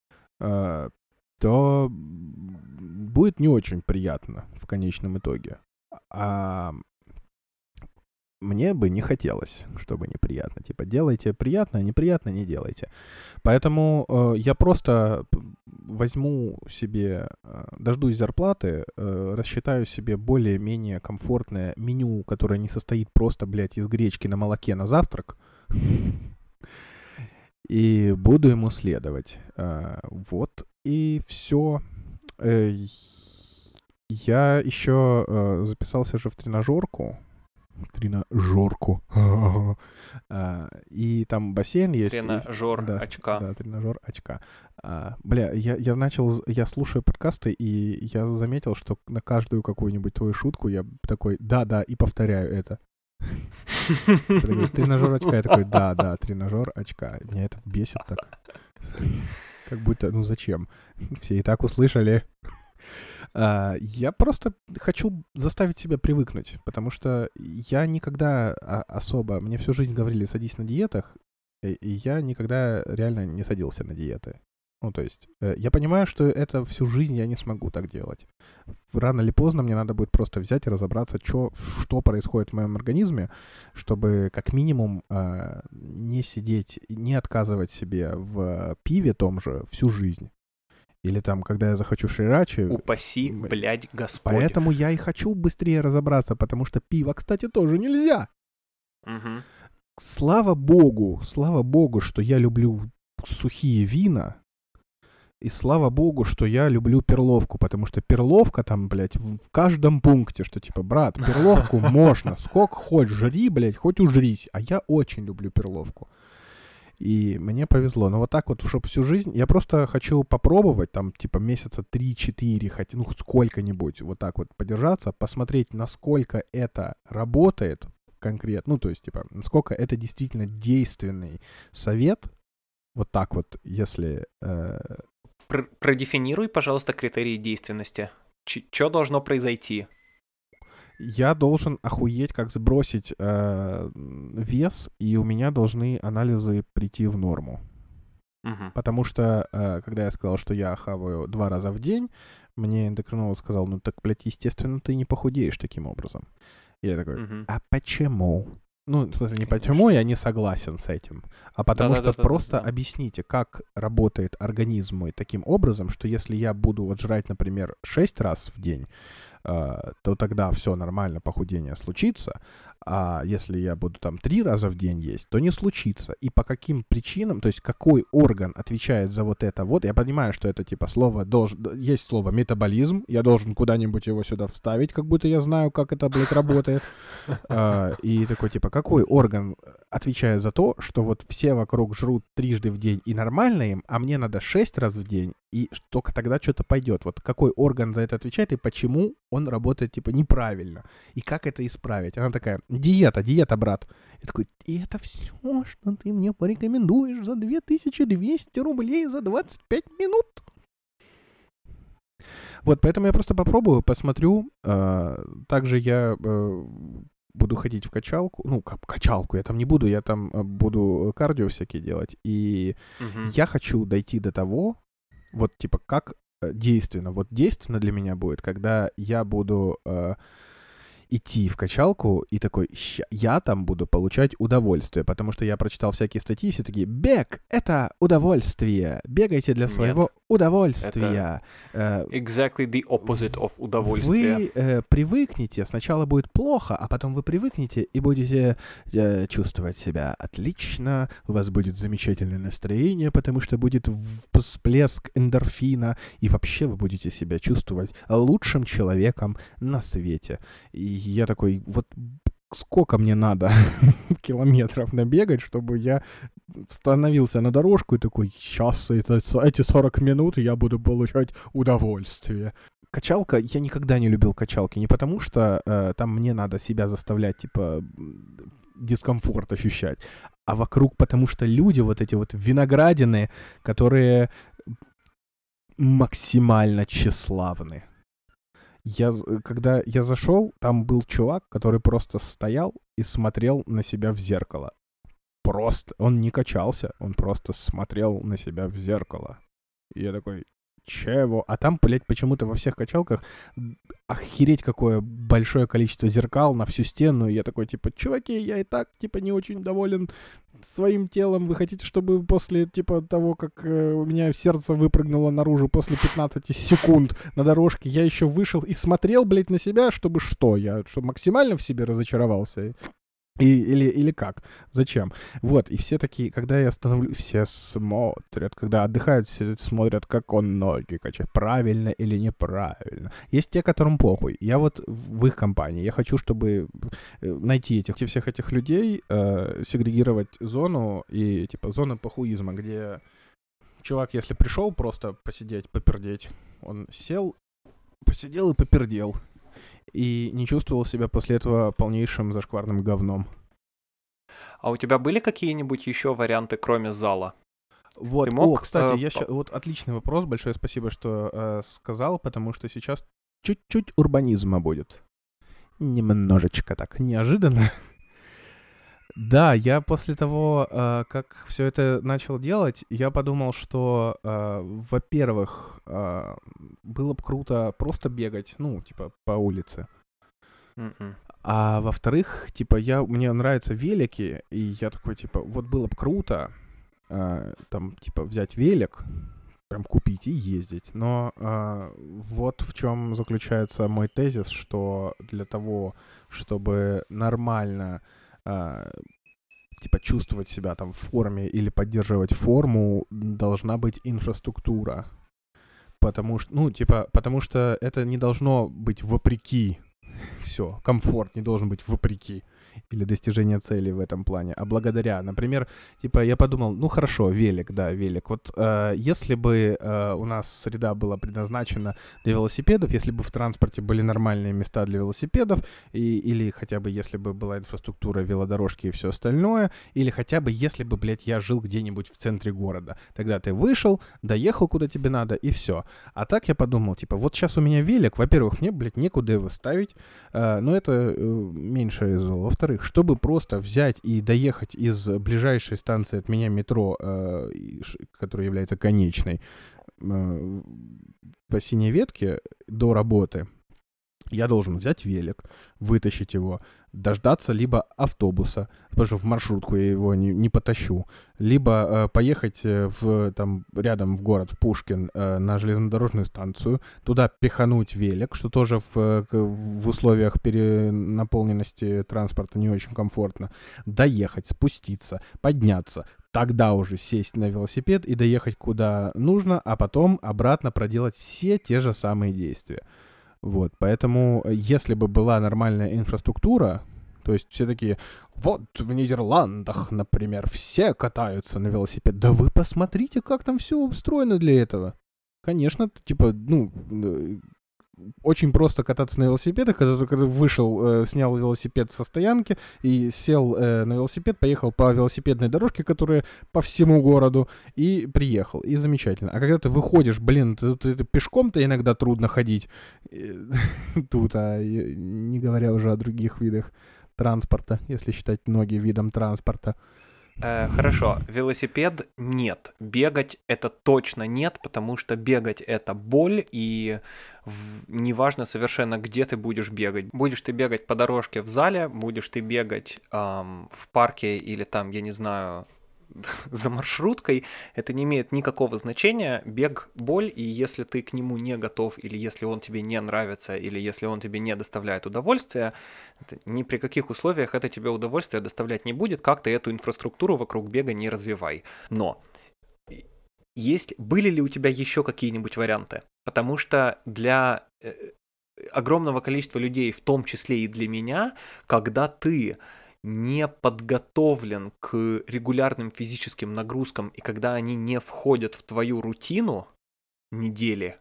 то будет не очень приятно в конечном итоге. А мне бы не хотелось, чтобы неприятно. Типа, делайте приятно, а неприятно не делайте. Поэтому я просто возьму себе, дождусь зарплаты, рассчитаю себе более-менее комфортное меню, которое не состоит просто, блядь, из гречки на молоке на завтрак, и буду ему следовать. Вот и все. Я еще записался же в тренажерку. И там бассейн есть. Тренажер Да, очка. да, тренажер очка. Бля, я слушаю подкасты, и я заметил, что на каждую какую-нибудь твою шутку я такой: да, и повторяю это. Ты говоришь: тренажер очка. Я такой: да, тренажер очка. Меня это бесит так. Как будто, ну зачем? Все и так услышали. Я просто хочу заставить себя привыкнуть, потому что я никогда особо... Мне всю жизнь говорили: садись на диетах, и я никогда реально не садился на диеты. Ну, то есть, я понимаю, что это всю жизнь я не смогу так делать. Рано или поздно мне надо будет просто взять и разобраться, что происходит в моем организме, чтобы как минимум не сидеть, не отказывать себе в пиве том же всю жизнь. Или там, когда я захочу шрирачи. Упаси, блядь, Господь. Поэтому я и хочу быстрее разобраться, потому что пиво, кстати, тоже нельзя. Угу. Слава богу, что я люблю сухие вина. И слава богу, что я люблю перловку, потому что перловка там, блядь, в каждом пункте, что типа, брат, перловку можно, сколько хочешь, жри, блядь, хоть ужрись. А я очень люблю перловку. И мне повезло. Но вот так вот, чтобы всю жизнь... Я просто хочу попробовать, там, типа, месяца 3-4, хотя, ну, сколько-нибудь вот так вот подержаться, посмотреть, насколько это работает конкретно. Ну, то есть, типа, насколько это действительно действенный совет. Вот так вот, если... Продефинируй, пожалуйста, критерии действенности. Что должно произойти? Я должен охуеть, как сбросить вес, и у меня должны анализы прийти в норму. Мгм. Потому что, когда я сказал, что я хаваю 2 раза в день, мне эндокринолог сказал, ну так, блядь, естественно, ты не похудеешь таким образом. Я такой, Мгм. а почему? Ну, в смысле, не почему Конечно. я не согласен с этим, а потому что просто Да-да-да-да-да-да. объясните, как работает организм мой таким образом, что если я буду вот жрать, например, 6 раз в день, то тогда все нормально, похудение случится. А если я буду там 3 раза в день есть, то не случится. И по каким причинам, то есть какой орган отвечает за вот это вот. Я понимаю, что это типа слово, есть слово метаболизм, я должен куда-нибудь его сюда вставить, как будто я знаю, как это, блядь, работает. И такой типа, какой орган отвечает за то, что вот все вокруг жрут трижды в день и нормально им, а мне надо 6 раз в день, и только тогда что-то пойдет. Вот какой орган за это отвечает и почему он работает типа неправильно. И как это исправить? Она такая, диета, брат. Я такой, и это все, что ты мне порекомендуешь за 2200 рублей за 25 минут? Вот, поэтому я просто попробую, посмотрю. Также я буду ходить в качалку. Ну, качалку я там не буду, я там буду кардио всякие делать. И Мгм. я хочу дойти до того, вот типа как действенно. Вот действенно для меня будет, когда я буду идти в качалку и такой, я там буду получать удовольствие, потому что я прочитал всякие статьи, и все такие, бег — это удовольствие, бегайте для своего Нет, это удовольствия. exactly the opposite of удовольствия. Вы привыкнете, сначала будет плохо, а потом вы привыкнете и будете чувствовать себя отлично, у вас будет замечательное настроение, потому что будет всплеск эндорфина, и вообще вы будете себя чувствовать лучшим человеком на свете. И я такой, вот сколько мне надо километров набегать, чтобы я становился на дорожку и такой, сейчас эти 40 минут я буду получать удовольствие. Качалка, я никогда не любил качалки, не потому что там мне надо себя заставлять, типа, дискомфорт ощущать, а вокруг, потому что люди вот эти вот виноградины, которые максимально тщеславны. Когда я зашел, там был чувак, который просто стоял и смотрел на себя в зеркало. Просто. Он не качался, он просто смотрел на себя в зеркало. И я такой, чего? А там, блядь, почему-то во всех качалках охереть какое большое количество зеркал на всю стену. И я такой, типа, чуваки, я и так, типа, не очень доволен своим телом. Вы хотите, чтобы после, типа, того, как у меня сердце выпрыгнуло наружу после 15 секунд на дорожке, я еще вышел и смотрел, блядь, на себя, чтобы что? Я что, максимально в себе разочаровался? Или как? Зачем? Вот, и все такие, когда я становлюсь, все смотрят, когда отдыхают, все смотрят, как он ноги качает, правильно или неправильно. Есть те, которым похуй. Я вот в их компании. Я хочу, чтобы найти всех этих людей, сегрегировать зону и, типа, зону похуизма, где чувак, если пришел просто посидеть, попердеть, он сел, посидел и попердел. И не чувствовал себя после этого полнейшим зашкварным говном. А у тебя были какие-нибудь еще варианты, кроме зала? Вот, Ты мог... кстати, вот отличный вопрос, большое спасибо, что сказал, потому что сейчас чуть-чуть урбанизма будет. Немножечко так неожиданно. Да, я после того, как все это начал делать, я подумал, что, во-первых, было бы круто просто бегать, ну, типа, по улице. Мгм. А во-вторых, типа, мне нравятся велики, и я такой, типа, вот было бы круто, там, типа, взять велик, прям купить и ездить. Но вот в чем заключается мой тезис, что для того, чтобы нормально, типа, чувствовать себя там в форме или поддерживать форму, должна быть инфраструктура. Потому что, ну, типа, потому что это не должно быть вопреки. Все, комфорт не должен быть вопреки. или достижения целей в этом плане, а благодаря, например, типа я подумал, ну хорошо, велик, да, велик. Вот если бы у нас среда была предназначена для велосипедов, если бы в транспорте были нормальные места для велосипедов, или хотя бы если бы была инфраструктура, велодорожки и все остальное, или хотя бы если бы, блядь, я жил где-нибудь в центре города, тогда ты вышел, доехал куда тебе надо и все. А так я подумал, типа, вот сейчас у меня велик, во-первых, мне, блядь, некуда его ставить, но это меньшее зло. Во-вторых, чтобы просто взять и доехать из ближайшей станции от меня метро, которая является конечной, по синей ветке до работы, я должен взять велик, вытащить его, дождаться либо автобуса, потому что в маршрутку я его не потащу, либо поехать там рядом в город, в Пушкин, на железнодорожную станцию, туда пихануть велик, что тоже в условиях перенаполненности транспорта не очень комфортно, доехать, спуститься, подняться, тогда уже сесть на велосипед и доехать куда нужно, а потом обратно проделать все те же самые действия. Вот, поэтому, если бы была нормальная инфраструктура, то есть все такие, вот в Нидерландах, например, все катаются на велосипеде. Да вы посмотрите, как там все устроено для этого. Конечно, типа, очень просто кататься на велосипедах, когда ты вышел, снял велосипед со стоянки и сел на велосипед, поехал по велосипедной дорожке, которая по всему городу, и приехал. И замечательно. А когда ты выходишь, блин, пешком-то иногда трудно ходить тут, не говоря уже о других видах транспорта, если считать ноги видом транспорта. Хорошо, велосипед нет, бегать это точно нет, потому что бегать это боль, и неважно совершенно, где ты будешь бегать. Будешь ты бегать по дорожке в зале, будешь ты бегать в парке или там, я не знаю, за маршруткой, это не имеет никакого значения. Бег – боль, и если ты к нему не готов, или если он тебе не нравится, или если он тебе не доставляет удовольствия, ни при каких условиях это тебе удовольствие доставлять не будет, как ты эту инфраструктуру вокруг бега не развивай. Но были ли у тебя еще какие-нибудь варианты? Потому что для огромного количества людей, в том числе и для меня, когда ты не подготовлен к регулярным физическим нагрузкам, и когда они не входят в твою рутину недели,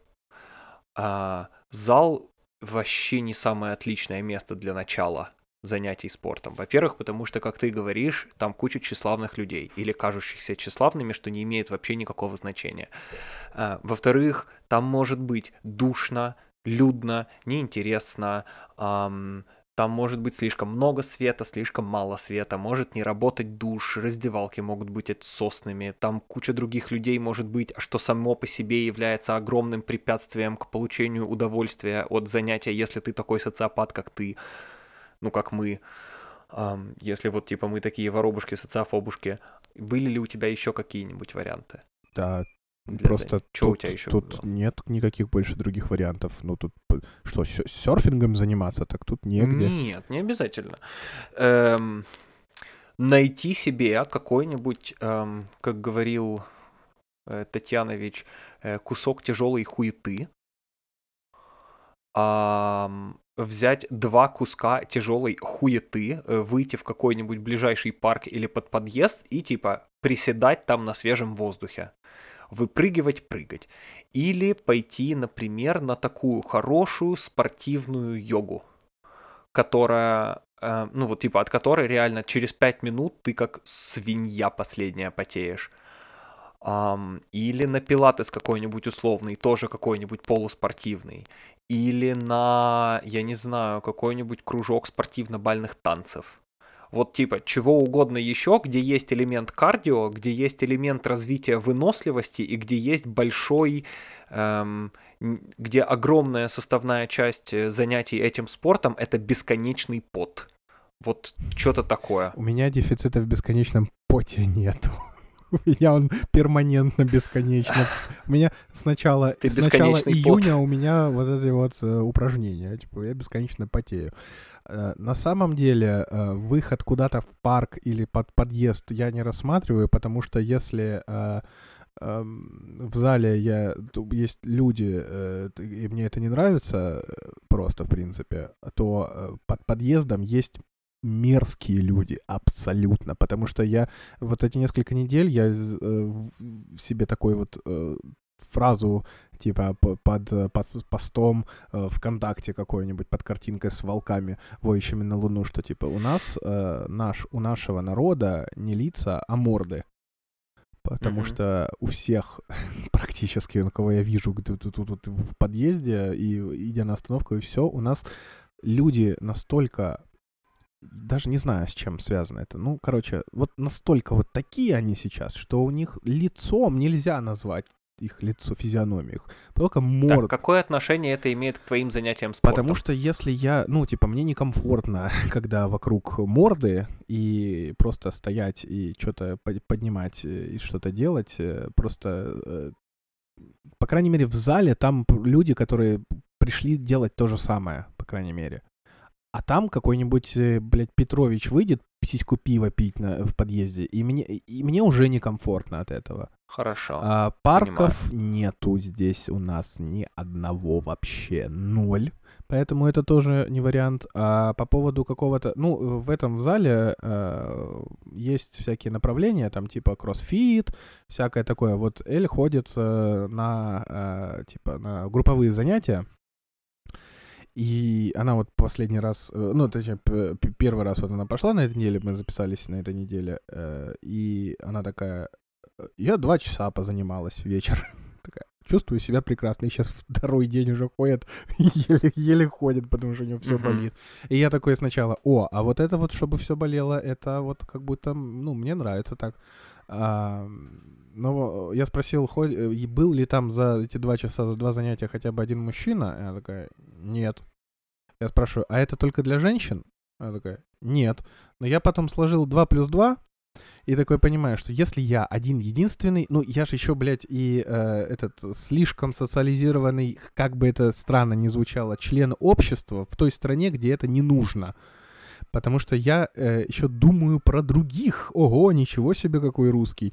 зал вообще не самое отличное место для начала занятий спортом. Во-первых, потому что, как ты говоришь, там куча тщеславных людей, или кажущихся тщеславными, что не имеет вообще никакого значения. Во-вторых, там может быть душно, людно, неинтересно, там может быть слишком много света, слишком мало света, может не работать душ, раздевалки могут быть отсосными, там куча других людей может быть, что само по себе является огромным препятствием к получению удовольствия от занятия, если ты такой социопат, как ты, ну как мы, если вот типа мы такие воробушки, социофобушки. Были ли у тебя еще какие-нибудь варианты? Да, просто Что у тебя еще тут было? нет никаких больше других вариантов. Ну, тут что, серфингом заниматься, так тут негде. Нет, не обязательно. Найти себе какой-нибудь, как говорил Татьянович, кусок тяжелой хуеты, взять 2 куска тяжелой хуеты, выйти в какой-нибудь ближайший парк или под подъезд и типа приседать там на свежем воздухе. Выпрыгивать, прыгать. Или пойти, например, на такую хорошую спортивную йогу, которая, ну вот типа от которой реально через 5 минут ты как свинья последняя потеешь. Или на пилатес какой-нибудь условный, тоже какой-нибудь полуспортивный. Или на, я не знаю, какой-нибудь кружок спортивно-бальных танцев. Вот типа чего угодно еще, где есть элемент кардио, где есть элемент развития выносливости и где есть большой, где огромная составная часть занятий этим спортом это бесконечный пот. Вот что-то такое. У меня дефицита в бесконечном поте нету. У меня он перманентно бесконечно. У меня с начала июня у меня вот эти вот упражнения. Типа я бесконечно потею. На самом деле выход куда-то в парк или под подъезд я не рассматриваю, потому что если в зале есть люди, и мне это не нравится просто, в принципе, то под подъездом есть мерзкие люди, абсолютно, потому что я вот эти несколько недель, в себе такой вот фразу, типа, под постом ВКонтакте какой-нибудь, под картинкой с волками, воющими на Луну, что, типа, у нашего народа не лица, а морды. Потому Мгм. что у всех практически, кого я вижу тут в подъезде, и идя на остановку, и все, у нас люди настолько, даже не знаю, с чем связано это. Ну, короче, вот настолько вот такие они сейчас, что у них лицом нельзя назвать их лицо, физиономию их, только Так, морд. какое отношение это имеет к твоим занятиям Потому спортом? что если я, ну, типа, мне некомфортно, когда вокруг морды, и просто стоять и что-то поднимать и что-то делать, по крайней мере, в зале там люди, которые пришли делать то же самое, по крайней мере. А там какой-нибудь, блядь, Петрович выйдет сиську пива пить в подъезде, и мне уже некомфортно от этого. Хорошо, понимаю. Парков нету здесь у нас ни одного вообще, ноль. Поэтому это тоже не вариант. А по поводу какого-то... Ну, в этом зале есть всякие направления, там типа кроссфит, всякое такое. Вот Эль ходит типа, на групповые занятия. И она вот последний раз, ну, точнее, первый раз вот она пошла на этой неделе, мы записались на этой неделе, и она такая, я 2 часа позанималась вечер. Такая, чувствую себя прекрасно. И сейчас второй день уже ходит, еле ходит, потому что у него все Мгм. болит. И я такой сначала, а вот это вот, чтобы все болело, это вот как будто, ну, мне нравится так. Но я спросил, был ли там за эти 2 часа, за 2 занятия хотя бы один мужчина? И она такая, нет. Я спрашиваю, а это только для женщин? Она такая, нет. Но я потом сложил 2 плюс 2, и такой понимаю, что если я один единственный, ну я же еще, блядь, и этот слишком социализированный, как бы это странно ни звучало, член общества в той стране, где это не нужно. Потому что я еще думаю про других. Ого, ничего себе, какой русский.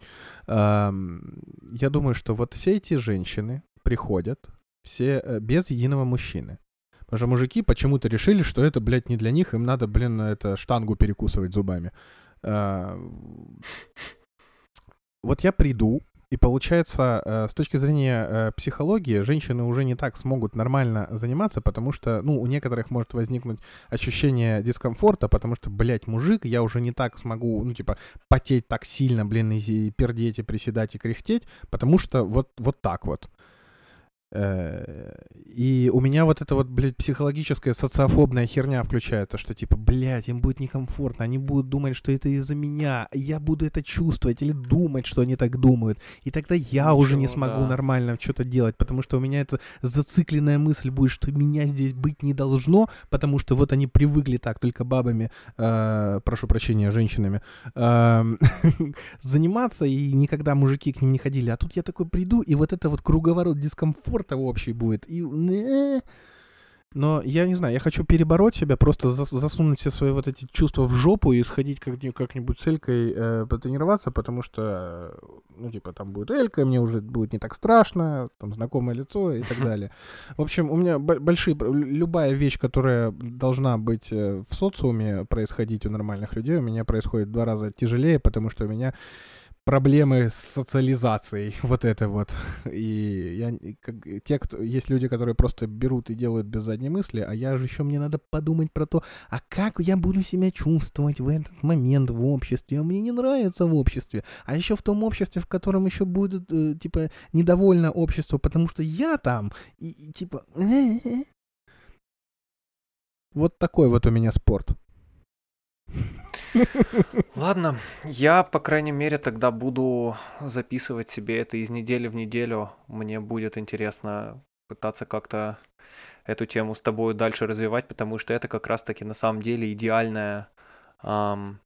Я думаю, что вот все эти женщины приходят, все без единого мужчины. Потому что мужики почему-то решили, что это, блядь, не для них, им надо, блин, это штангу перекусывать зубами. А, Вот я приду, и получается, с точки зрения психологии, женщины уже не так смогут нормально заниматься, потому что, ну, у некоторых может возникнуть ощущение дискомфорта, потому что, блядь, мужик, я уже не так смогу, ну, типа, потеть так сильно, блин, и пердеть, и приседать, и кряхтеть, потому что вот так вот. И у меня вот эта вот, блядь, психологическая социофобная херня включается, что типа, блядь, им будет некомфортно, они будут думать, что это из-за меня, я буду это чувствовать или думать, что они так думают, и тогда я уже не Ничего, смогу да. нормально что-то делать, потому что у меня эта зацикленная мысль будет, что меня здесь быть не должно, потому что вот они привыкли так только бабами, прошу прощения, женщинами, эм, заниматься, и никогда мужики к ним не ходили. А тут я такой приду, и вот это вот круговорот дискомфорта общий будет. Но я не знаю, я хочу перебороть себя, просто засунуть все свои вот эти чувства в жопу и сходить как-нибудь с Элькой потренироваться, потому что, ну, типа, там будет Элька, мне уже будет не так страшно, там, знакомое лицо и так далее. В общем, у меня любая вещь, которая должна быть в социуме происходить у нормальных людей, у меня происходит в 2 раза тяжелее, потому что у меня проблемы с социализацией, вот это вот. И есть люди, которые просто берут и делают без задней мысли, а я же еще мне надо подумать про то, а как я буду себя чувствовать в этот момент в обществе. Мне не нравится в обществе. А еще в том обществе, в котором еще будет, типа, недовольно общество, потому что я там, и типа... Вот такой вот у меня спорт. Ладно, я, по крайней мере, тогда буду записывать себе это из недели в неделю. Мне будет интересно пытаться как-то эту тему с тобой дальше развивать, потому что это как раз-таки на самом деле ам,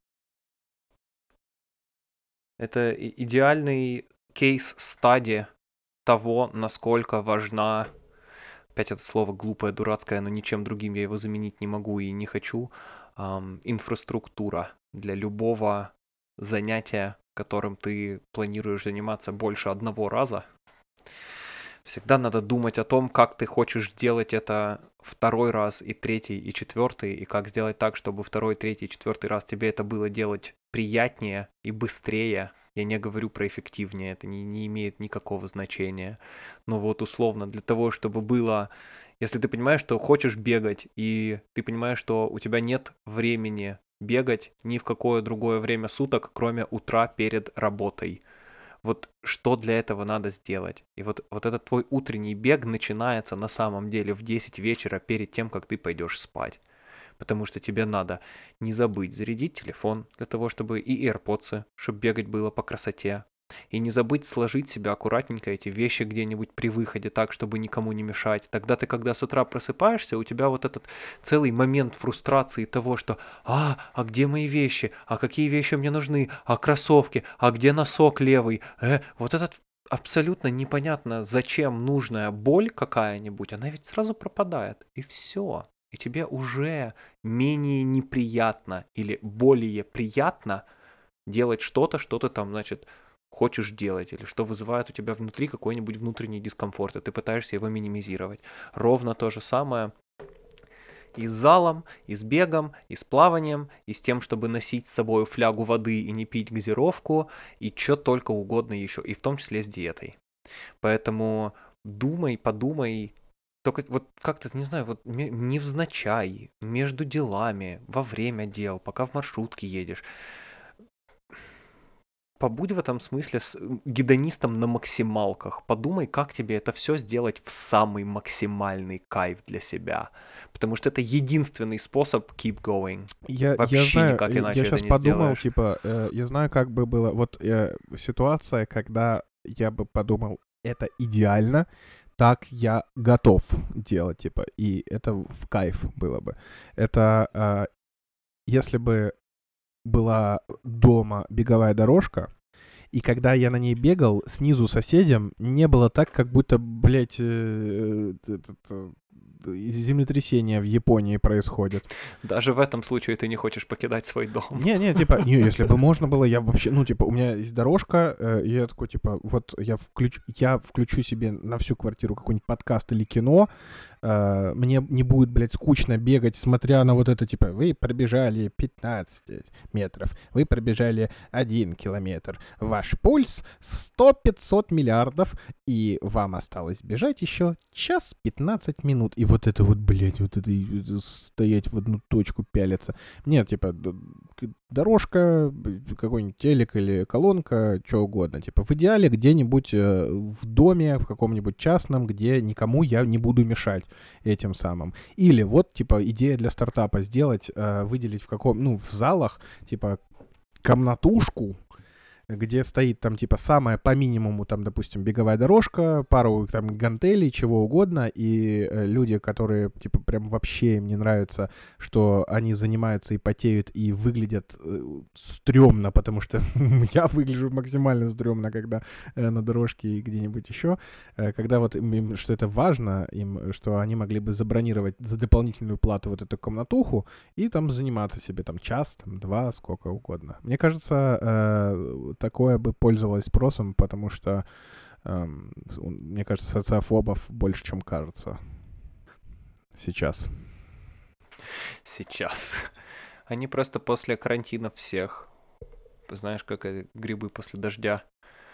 идеальный кейс-стади того, насколько важна, опять это слово глупое, дурацкое, но ничем другим я его заменить не могу и не хочу, инфраструктура для любого занятия, которым ты планируешь заниматься больше одного раза. Всегда надо думать о том, как ты хочешь делать это второй раз, и третий, и четвертый, и как сделать так, чтобы второй, третий, четвертый раз тебе это было делать приятнее и быстрее. Я не говорю про эффективнее, это не имеет никакого значения. Но вот условно, для того, чтобы было... Если ты понимаешь, что хочешь бегать, и ты понимаешь, что у тебя нет времени бегать ни в какое другое время суток, кроме утра перед работой. Вот что для этого надо сделать? И вот этот твой утренний бег начинается на самом деле в 10 вечера перед тем, как ты пойдешь спать. Потому что тебе надо не забыть зарядить телефон для того, чтобы и AirPods, чтобы бегать было по красоте. И не забыть сложить себе аккуратненько эти вещи где-нибудь при выходе так, чтобы никому не мешать. Тогда ты, когда с утра просыпаешься, у тебя вот этот целый момент фрустрации того, что а где мои вещи? А какие вещи мне нужны? А кроссовки? А где носок левый? Вот этот абсолютно непонятно, зачем нужная боль какая-нибудь, она ведь сразу пропадает. И все. И тебе уже менее неприятно или более приятно делать что-то, что ты там, значит, хочешь делать, или что вызывает у тебя внутри какой-нибудь внутренний дискомфорт, и ты пытаешься его минимизировать. Ровно то же самое и с залом, и с бегом, и с плаванием, и с тем, чтобы носить с собой флягу воды и не пить газировку, и что только угодно еще, и в том числе с диетой. Поэтому думай, подумай, только вот как-то, не знаю, вот невзначай, между делами, во время дел, пока в маршрутке едешь. Побудь в этом смысле гедонистом на максималках. Подумай, как тебе это все сделать в самый максимальный кайф для себя. Потому что это единственный способ keep going. Я Вообще знаю, никак я иначе это сейчас не подумал, сделаешь. типа, я знаю, как бы было, вот ситуация, когда я бы подумал, это идеально, так я готов делать, типа, и это в кайф было бы. Это если бы была дома беговая дорожка, и когда я на ней бегал, снизу соседям не было так, как будто, блядь, землетрясение в Японии происходит. Даже в этом случае ты не хочешь покидать свой дом. Не, типа, не, если бы можно было, я вообще, ну, типа, у меня есть дорожка, и я такой, типа, вот я включу себе на всю квартиру какой-нибудь подкаст или кино, мне не будет, блядь, скучно бегать, смотря на вот это, типа, вы пробежали 15 метров, вы пробежали 1 километр, ваш пульс 100-500 миллиардов, и вам осталось бежать еще час 15 минут. И вот это вот, блядь, вот это стоять в одну точку пялиться. Нет, типа, дорожка, какой-нибудь телек или колонка, что угодно. Типа, в идеале где-нибудь в доме, в каком-нибудь частном, где никому я не буду мешать этим самым. Или вот, типа, идея для стартапа сделать, выделить в залах, типа, комнатушку, где стоит там типа самая по минимуму, там, допустим, беговая дорожка, пару там гантелей, чего угодно, и люди, которые типа прям вообще им не нравится, что они занимаются и потеют, и выглядят стрёмно, потому что я выгляжу максимально стрёмно, когда на дорожке и где-нибудь еще, когда вот им, что это важно, им, что они могли бы забронировать за дополнительную плату вот эту комнатуху и там заниматься себе там час, там два, сколько угодно. Мне кажется, такое бы пользовалось спросом, потому что, мне кажется, социофобов больше, чем кажется сейчас. Сейчас. Они просто после карантина всех. Знаешь, как грибы после дождя.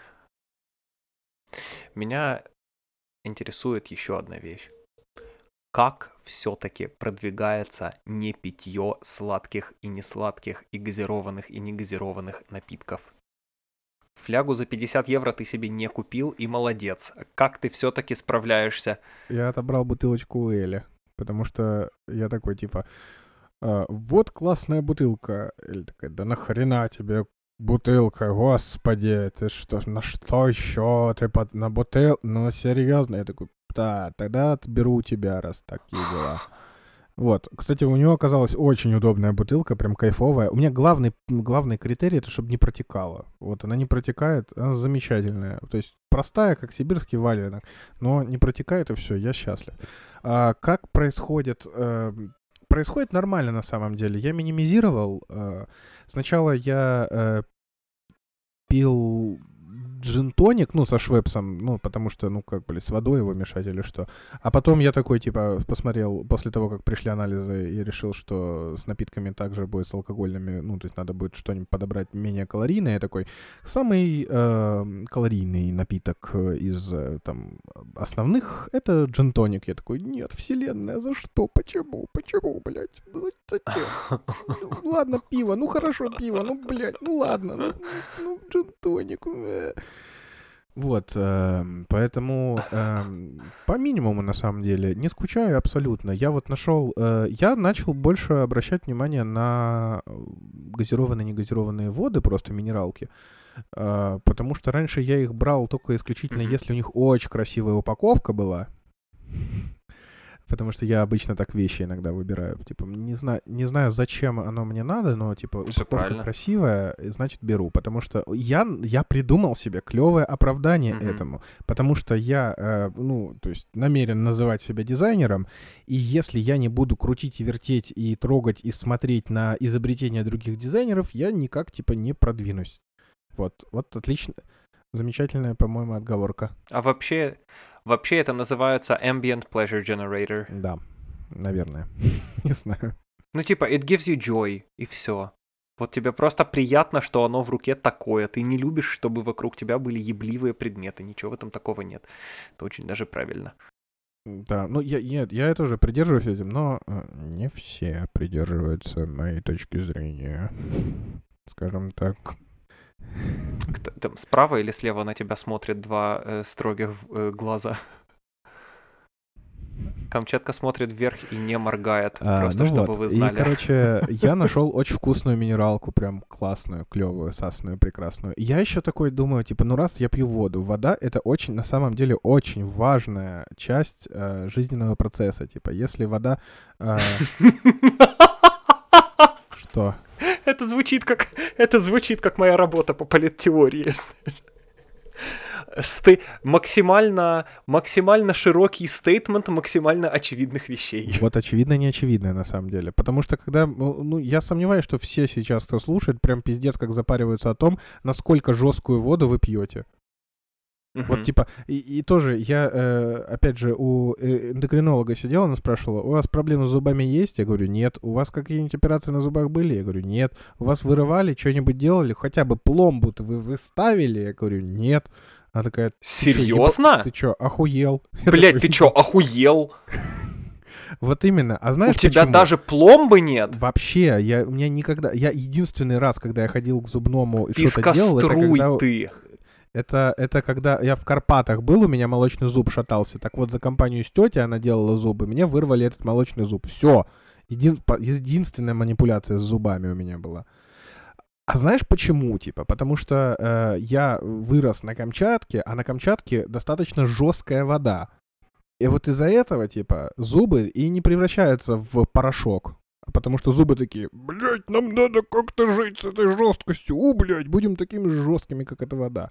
Меня интересует еще одна вещь. Как все-таки продвигается не питье сладких и несладких, и газированных, и негазированных напитков? Флягу за 50 евро ты себе не купил, и молодец. Как ты все-таки справляешься? Я отобрал бутылочку Эля, потому что я такой, типа, вот классная бутылка. Эль такая, да нахрена тебе бутылка, господи, ты что, на что еще? Ты на бутылку? Ну, серьезно? Я такой, да, тогда беру у тебя, раз такие дела. Вот. Кстати, у него оказалась очень удобная бутылка, прям кайфовая. У меня главный критерий — это чтобы не протекало. Вот, она не протекает, она замечательная. То есть простая, как сибирский валенок, но не протекает, и все, я счастлив. Как происходит... Происходит нормально на самом деле. Я минимизировал. Сначала я пил джин-тоник, ну, со швепсом, ну, потому что, ну, как, блин, с водой его мешать или что. А потом я такой, типа, посмотрел, после того, как пришли анализы, и решил, что с напитками также будет с алкогольными, ну, то есть надо будет что-нибудь подобрать менее калорийное. Я такой, самый калорийный напиток из, там, основных — это джин-тоник. Я такой, нет, вселенная, за что? Почему, блядь? Зачем? Ну, ладно, пиво, ну, хорошо, пиво, ну, блядь, ну, ладно, ну джин-тоник. Вот, поэтому по минимуму, на самом деле, не скучаю абсолютно. Я вот нашел, я начал больше обращать внимание на газированные, негазированные воды, просто минералки, потому что раньше я их брал только исключительно, если у них очень красивая упаковка была. Потому что я обычно так вещи иногда выбираю. Типа, не знаю, зачем оно мне надо, но, типа, Всё упаковка правильно. красивая, значит, беру. Потому что я придумал себе клевое оправдание этому. Потому что я, ну, то есть, намерен называть себя дизайнером, и если я не буду крутить и вертеть, и трогать, и смотреть на изобретения других дизайнеров, я никак, типа, не продвинусь. Вот отлично. Замечательная, по-моему, отговорка. А вообще это называется Ambient Pleasure Generator. Да, наверное. Не знаю. Ну, типа, it gives you joy, и все. Вот тебе просто приятно, что оно в руке такое. Ты не любишь, чтобы вокруг тебя были ебливые предметы. Ничего в этом такого нет. Это очень даже правильно. Да, ну я тоже придерживаюсь этим, но не все придерживаются моей точки зрения. Скажем так. Там справа или слева на тебя смотрят два строгих глаза? Камчатка смотрит вверх и не моргает, просто ну чтобы вот. вы знали. И, короче, я нашел очень вкусную минералку, прям классную, клевую, сасную, прекрасную. И я еще такой думаю, типа, ну раз я пью воду, вода — это очень, на самом деле, очень важная часть жизненного процесса. Типа, если вода... Что? Это звучит как моя работа по политтеории. Максимально широкий стейтмент максимально очевидных вещей. Вот очевидно, не очевидно, на самом деле. Потому что когда... Ну, я сомневаюсь, что все сейчас, кто слушает, прям пиздец как запариваются о том, насколько жесткую воду вы пьете. Вот типа, и тоже я, опять же, у эндокринолога сидел, она спрашивала, у вас проблемы с зубами есть? Я говорю, нет. У вас какие-нибудь операции на зубах были? Я говорю, нет. У вас вырывали, что-нибудь делали? Хотя бы пломбу-то вы ставили? Я говорю, нет. Она такая, серьезно? Ты чё, охуел? Блять, ты чё, охуел? Вот именно. А знаешь, у тебя почему? даже пломбы нет? Вообще, у меня никогда... Я единственный раз, когда я ходил к зубному и что-то делал, ты. это когда я в Карпатах был, у меня молочный зуб шатался. Так вот, за компанию с тетей она делала зубы, мне вырвали этот молочный зуб. Все. Единственная манипуляция с зубами у меня была. А знаешь почему? Типа, потому что я вырос на Камчатке, а на Камчатке достаточно жесткая вода. И вот из-за этого, типа, зубы и не превращаются в порошок. Потому что зубы такие, блядь, нам надо как-то жить с этой жесткостью. Блядь, будем такими же жесткими, как эта вода.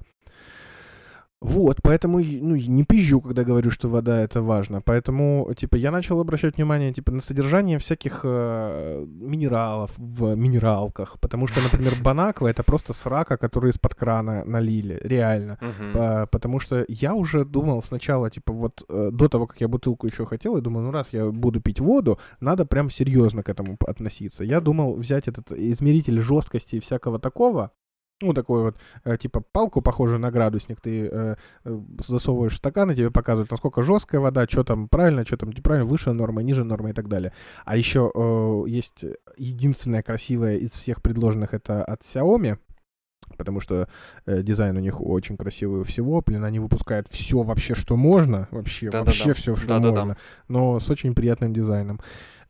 Вот, поэтому, ну, не пизжу, когда говорю, что вода — это важно. Поэтому, типа, я начал обращать внимание, типа, на содержание всяких минералов в минералках. Потому что, например, Бонаква — это просто срака, которую из-под крана налили. Реально. Потому что я уже думал сначала, типа, вот до того, как я бутылку еще хотел, я думаю, ну, раз я буду пить воду, надо прям серьезно к этому относиться. Я думал взять этот измеритель жесткости и всякого такого. Ну, такой вот, типа, палку, похожую на градусник, ты засовываешь в стакан, и тебе показывают, насколько жесткая вода, что там правильно, что там неправильно, выше нормы, ниже нормы и так далее. А еще есть единственное красивое из всех предложенных, это от Xiaomi, потому что дизайн у них очень красивый у всего, блин, они выпускают все вообще, что можно, вообще все, что можно, но с очень приятным дизайном.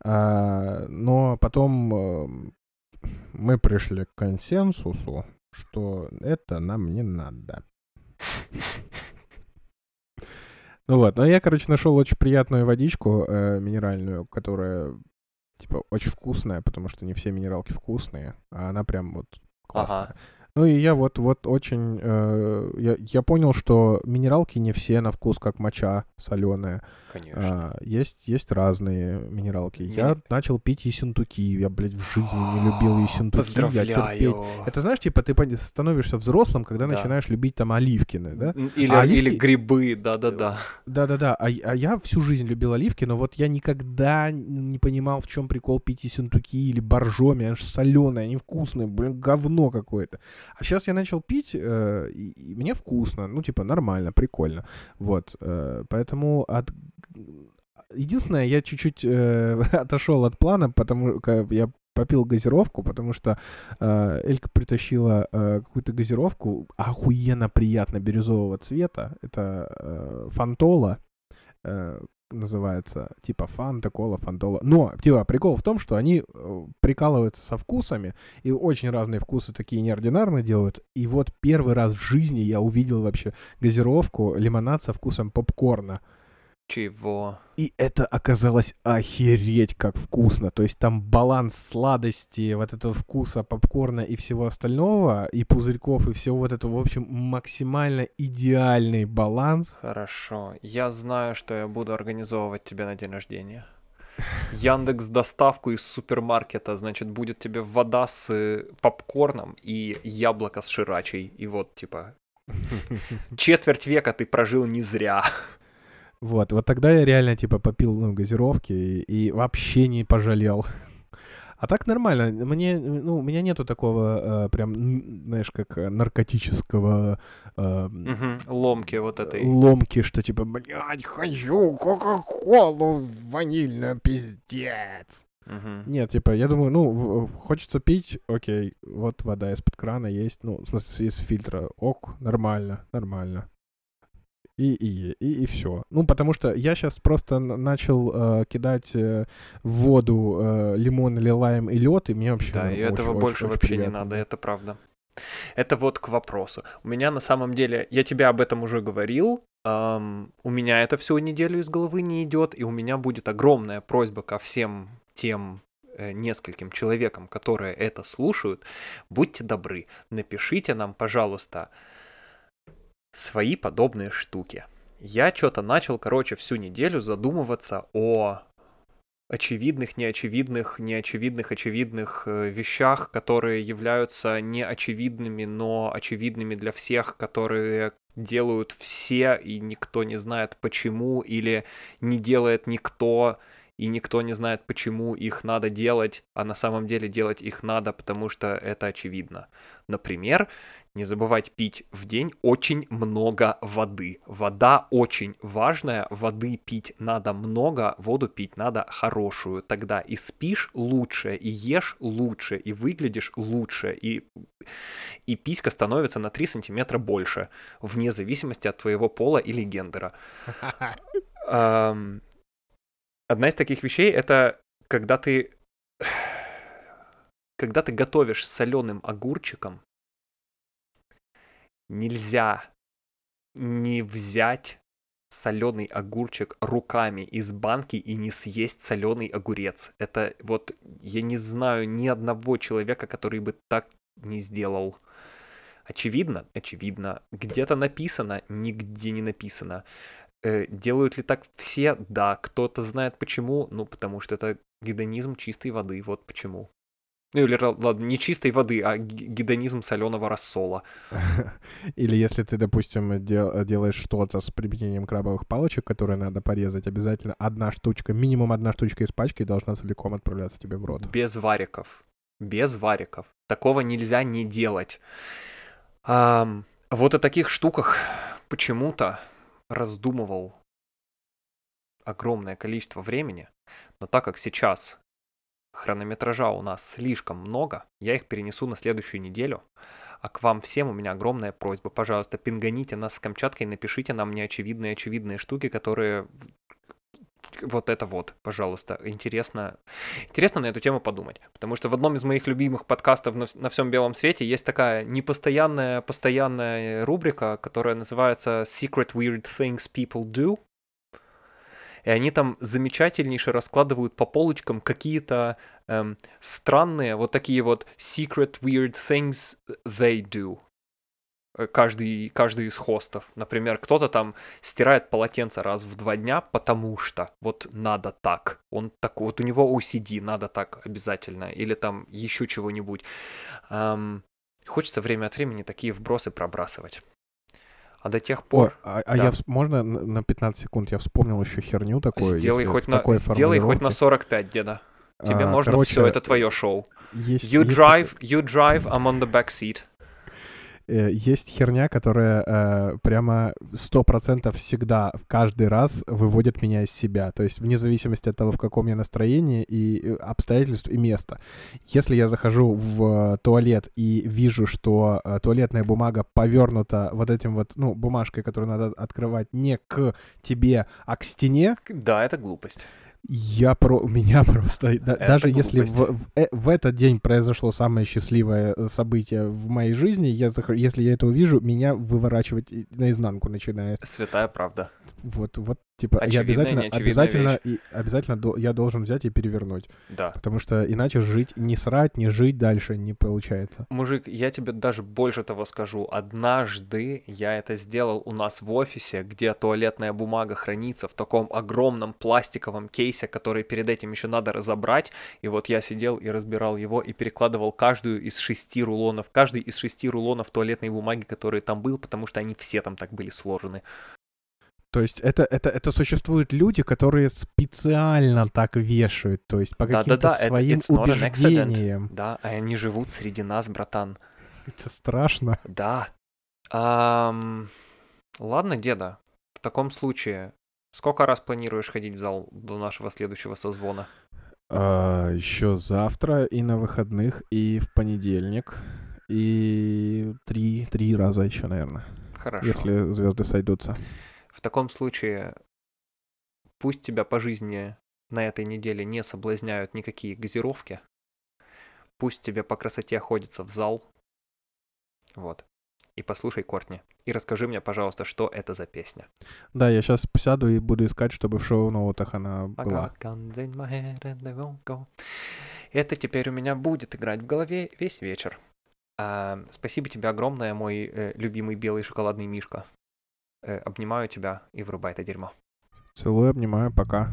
Но потом мы пришли к консенсусу, что это нам не надо. Ну вот, но я, короче, нашел очень приятную водичку минеральную, которая, типа, очень вкусная, потому что не все минералки вкусные, а она прям вот классная. Ну и я вот очень... я понял, что минералки не все на вкус как моча соленая. Конечно. Есть разные минералки. Меня... Я начал пить ессентуки. Я, блядь, в жизни не любил ессентуки. Я терпеть... Поздравляю. Это знаешь, типа, ты становишься взрослым, когда Да. начинаешь любить там оливкины, да? Или, А или оливки... грибы, да-да-да. Да-да-да, а я всю жизнь любил оливки, но вот я никогда не понимал, в чем прикол пить ессентуки или боржоми, они же соленые, они вкусные, блин, говно какое-то. А сейчас я начал пить, и мне вкусно, ну, типа, нормально, прикольно, вот, поэтому единственное, я чуть-чуть отошел от плана, потому как я попил газировку, потому что Элька притащила какую-то газировку охуенно приятно бирюзового цвета. Это Фантола называется. Типа Фанта, Кола, Фантола. Но, типа, прикол в том, что они прикалываются со вкусами, и очень разные вкусы такие неординарные делают. И вот первый раз в жизни я увидел вообще газировку, лимонад со вкусом попкорна. Чего? И это оказалось охереть как вкусно. То есть там баланс сладости, вот этого вкуса попкорна и всего остального, и пузырьков, и всего вот этого, в общем, максимально идеальный баланс. Хорошо. Я знаю, что я буду организовывать тебе на день рождения. Яндекс доставку из супермаркета, значит, будет тебе вода с попкорном и яблоко с ширачей. И вот, типа, четверть века ты прожил не зря. Вот тогда я реально, типа, попил, ну, газировки и вообще не пожалел. А так нормально. У меня нету такого прям, знаешь, как наркотического Ломки вот этой. ломки, что типа, блядь, хочу кока-колу ванильную, пиздец. Нет, типа, я думаю, хочется пить, окей, вот вода из-под крана есть, ну, в смысле, из фильтра, ок, нормально. И все. Ну, потому что я сейчас просто начал кидать в воду лимон или лайм и лед, и мне вообще Да, и этого больше очень вообще не приятно, надо, да. это правда. Это вот к вопросу. У меня на самом деле, я тебе об этом уже говорил, у меня это всю неделю из головы не идет, и у меня будет огромная просьба ко всем тем нескольким человекам, которые это слушают. Будьте добры, напишите нам, пожалуйста, свои подобные штуки. Я что-то начал, короче, всю неделю задумываться о очевидных, неочевидных вещах, которые являются неочевидными, но очевидными для всех, которые делают все, и никто не знает почему, или не делает никто, и никто не знает, почему их надо делать, а на самом деле делать их надо, потому что это очевидно. Например, не забывать пить в день очень много воды. Вода очень важная, воды пить надо много, воду пить надо хорошую. Тогда и спишь лучше, и ешь лучше, и выглядишь лучше, и писька становится на 3 сантиметра больше, вне зависимости от твоего пола или гендера. Одна из таких вещей — это когда ты готовишь с соленым огурчиком, нельзя не взять соленый огурчик руками из банки и не съесть соленый огурец. Это вот, я не знаю ни одного человека, который бы так не сделал. Очевидно? Очевидно. Где-то написано? Нигде не написано. Делают ли так все? Да. Кто-то знает почему? Ну, потому что это гедонизм чистой воды. Вот почему. Ну, или, ладно, не чистой воды, а гедонизм соленого рассола. Или если ты, допустим, делаешь что-то с применением крабовых палочек, которые надо порезать, обязательно минимум одна штучка из пачки должна целиком отправляться тебе в рот. Без вариков. Без вариков. Такого нельзя не делать. Вот о таких штуках почему-то раздумывал огромное количество времени, но так как сейчас хронометража у нас слишком много, я их перенесу на следующую неделю. А к вам всем у меня огромная просьба. Пожалуйста, пинганите нас с Камчаткой, напишите нам неочевидные штуки, которые... Вот это вот, пожалуйста. Интересно на эту тему подумать. Потому что в одном из моих любимых подкастов на всем белом свете есть такая постоянная рубрика, которая называется Secret Weird Things People Do. и они там замечательнейше раскладывают по полочкам какие-то странные вот такие вот secret weird things they do. Каждый из хостов. Например, кто-то там стирает полотенце раз в 2 дня, потому что вот надо так. Он так, вот у него OCD, надо так обязательно. Или там еще чего-нибудь. Хочется время от времени такие вбросы пробрасывать. А до тех О, пор... я можно на 15 секунд я вспомнил еще херню такую, Сделай если хоть в такой сделай хоть на формулировке. 45, деда. Тебе можно Короче, все, это твое шоу. есть You drive, I'm on the back seat. Есть херня, которая прямо 100% всегда, каждый раз выводит меня из себя. То есть вне зависимости от того, в каком я настроении и обстоятельств, и места. Если я захожу в туалет и вижу, что туалетная бумага повернута вот этим вот, ну, бумажкой, которую надо открывать не к тебе, а к стене, Да, это глупость. меня просто, даже если глупость. в этот день произошло самое счастливое событие в моей жизни, если я это увижу, меня выворачивать наизнанку начинает. Святая правда. Вот, типа, я Очевидная, неочевидная вещь. обязательно я должен взять и перевернуть. Да. Потому что иначе жить, не срать, не жить дальше не получается. Мужик, я тебе даже больше того скажу. Однажды я это сделал у нас в офисе, где туалетная бумага хранится в таком огромном пластиковом кейсе, который перед этим еще надо разобрать. И вот я сидел и разбирал его и перекладывал каждый из 6 рулонов туалетной бумаги, который там был, потому что они все там так были сложены. То есть это существуют люди, которые специально так вешают, то есть по каким-то своим убеждениям. Да, а они живут среди нас, братан. Это страшно. Да. Ладно, деда, в таком случае, сколько раз планируешь ходить в зал до нашего следующего созвона? Еще завтра и на выходных, и в понедельник, и три раза еще, наверное. Хорошо. Если звезды сойдутся. В таком случае, пусть тебя по жизни на этой неделе не соблазняют никакие газировки. Пусть тебе по красоте ходится в зал. Вот. И послушай Кортни. И расскажи мне, пожалуйста, что это за песня. Да, я сейчас сяду и буду искать, чтобы в шоу-ноутах она была. Это теперь у меня будет играть в голове весь вечер. Спасибо тебе огромное, мой любимый белый шоколадный мишка. Обнимаю тебя и врубай это дерьмо. Целую, обнимаю, пока.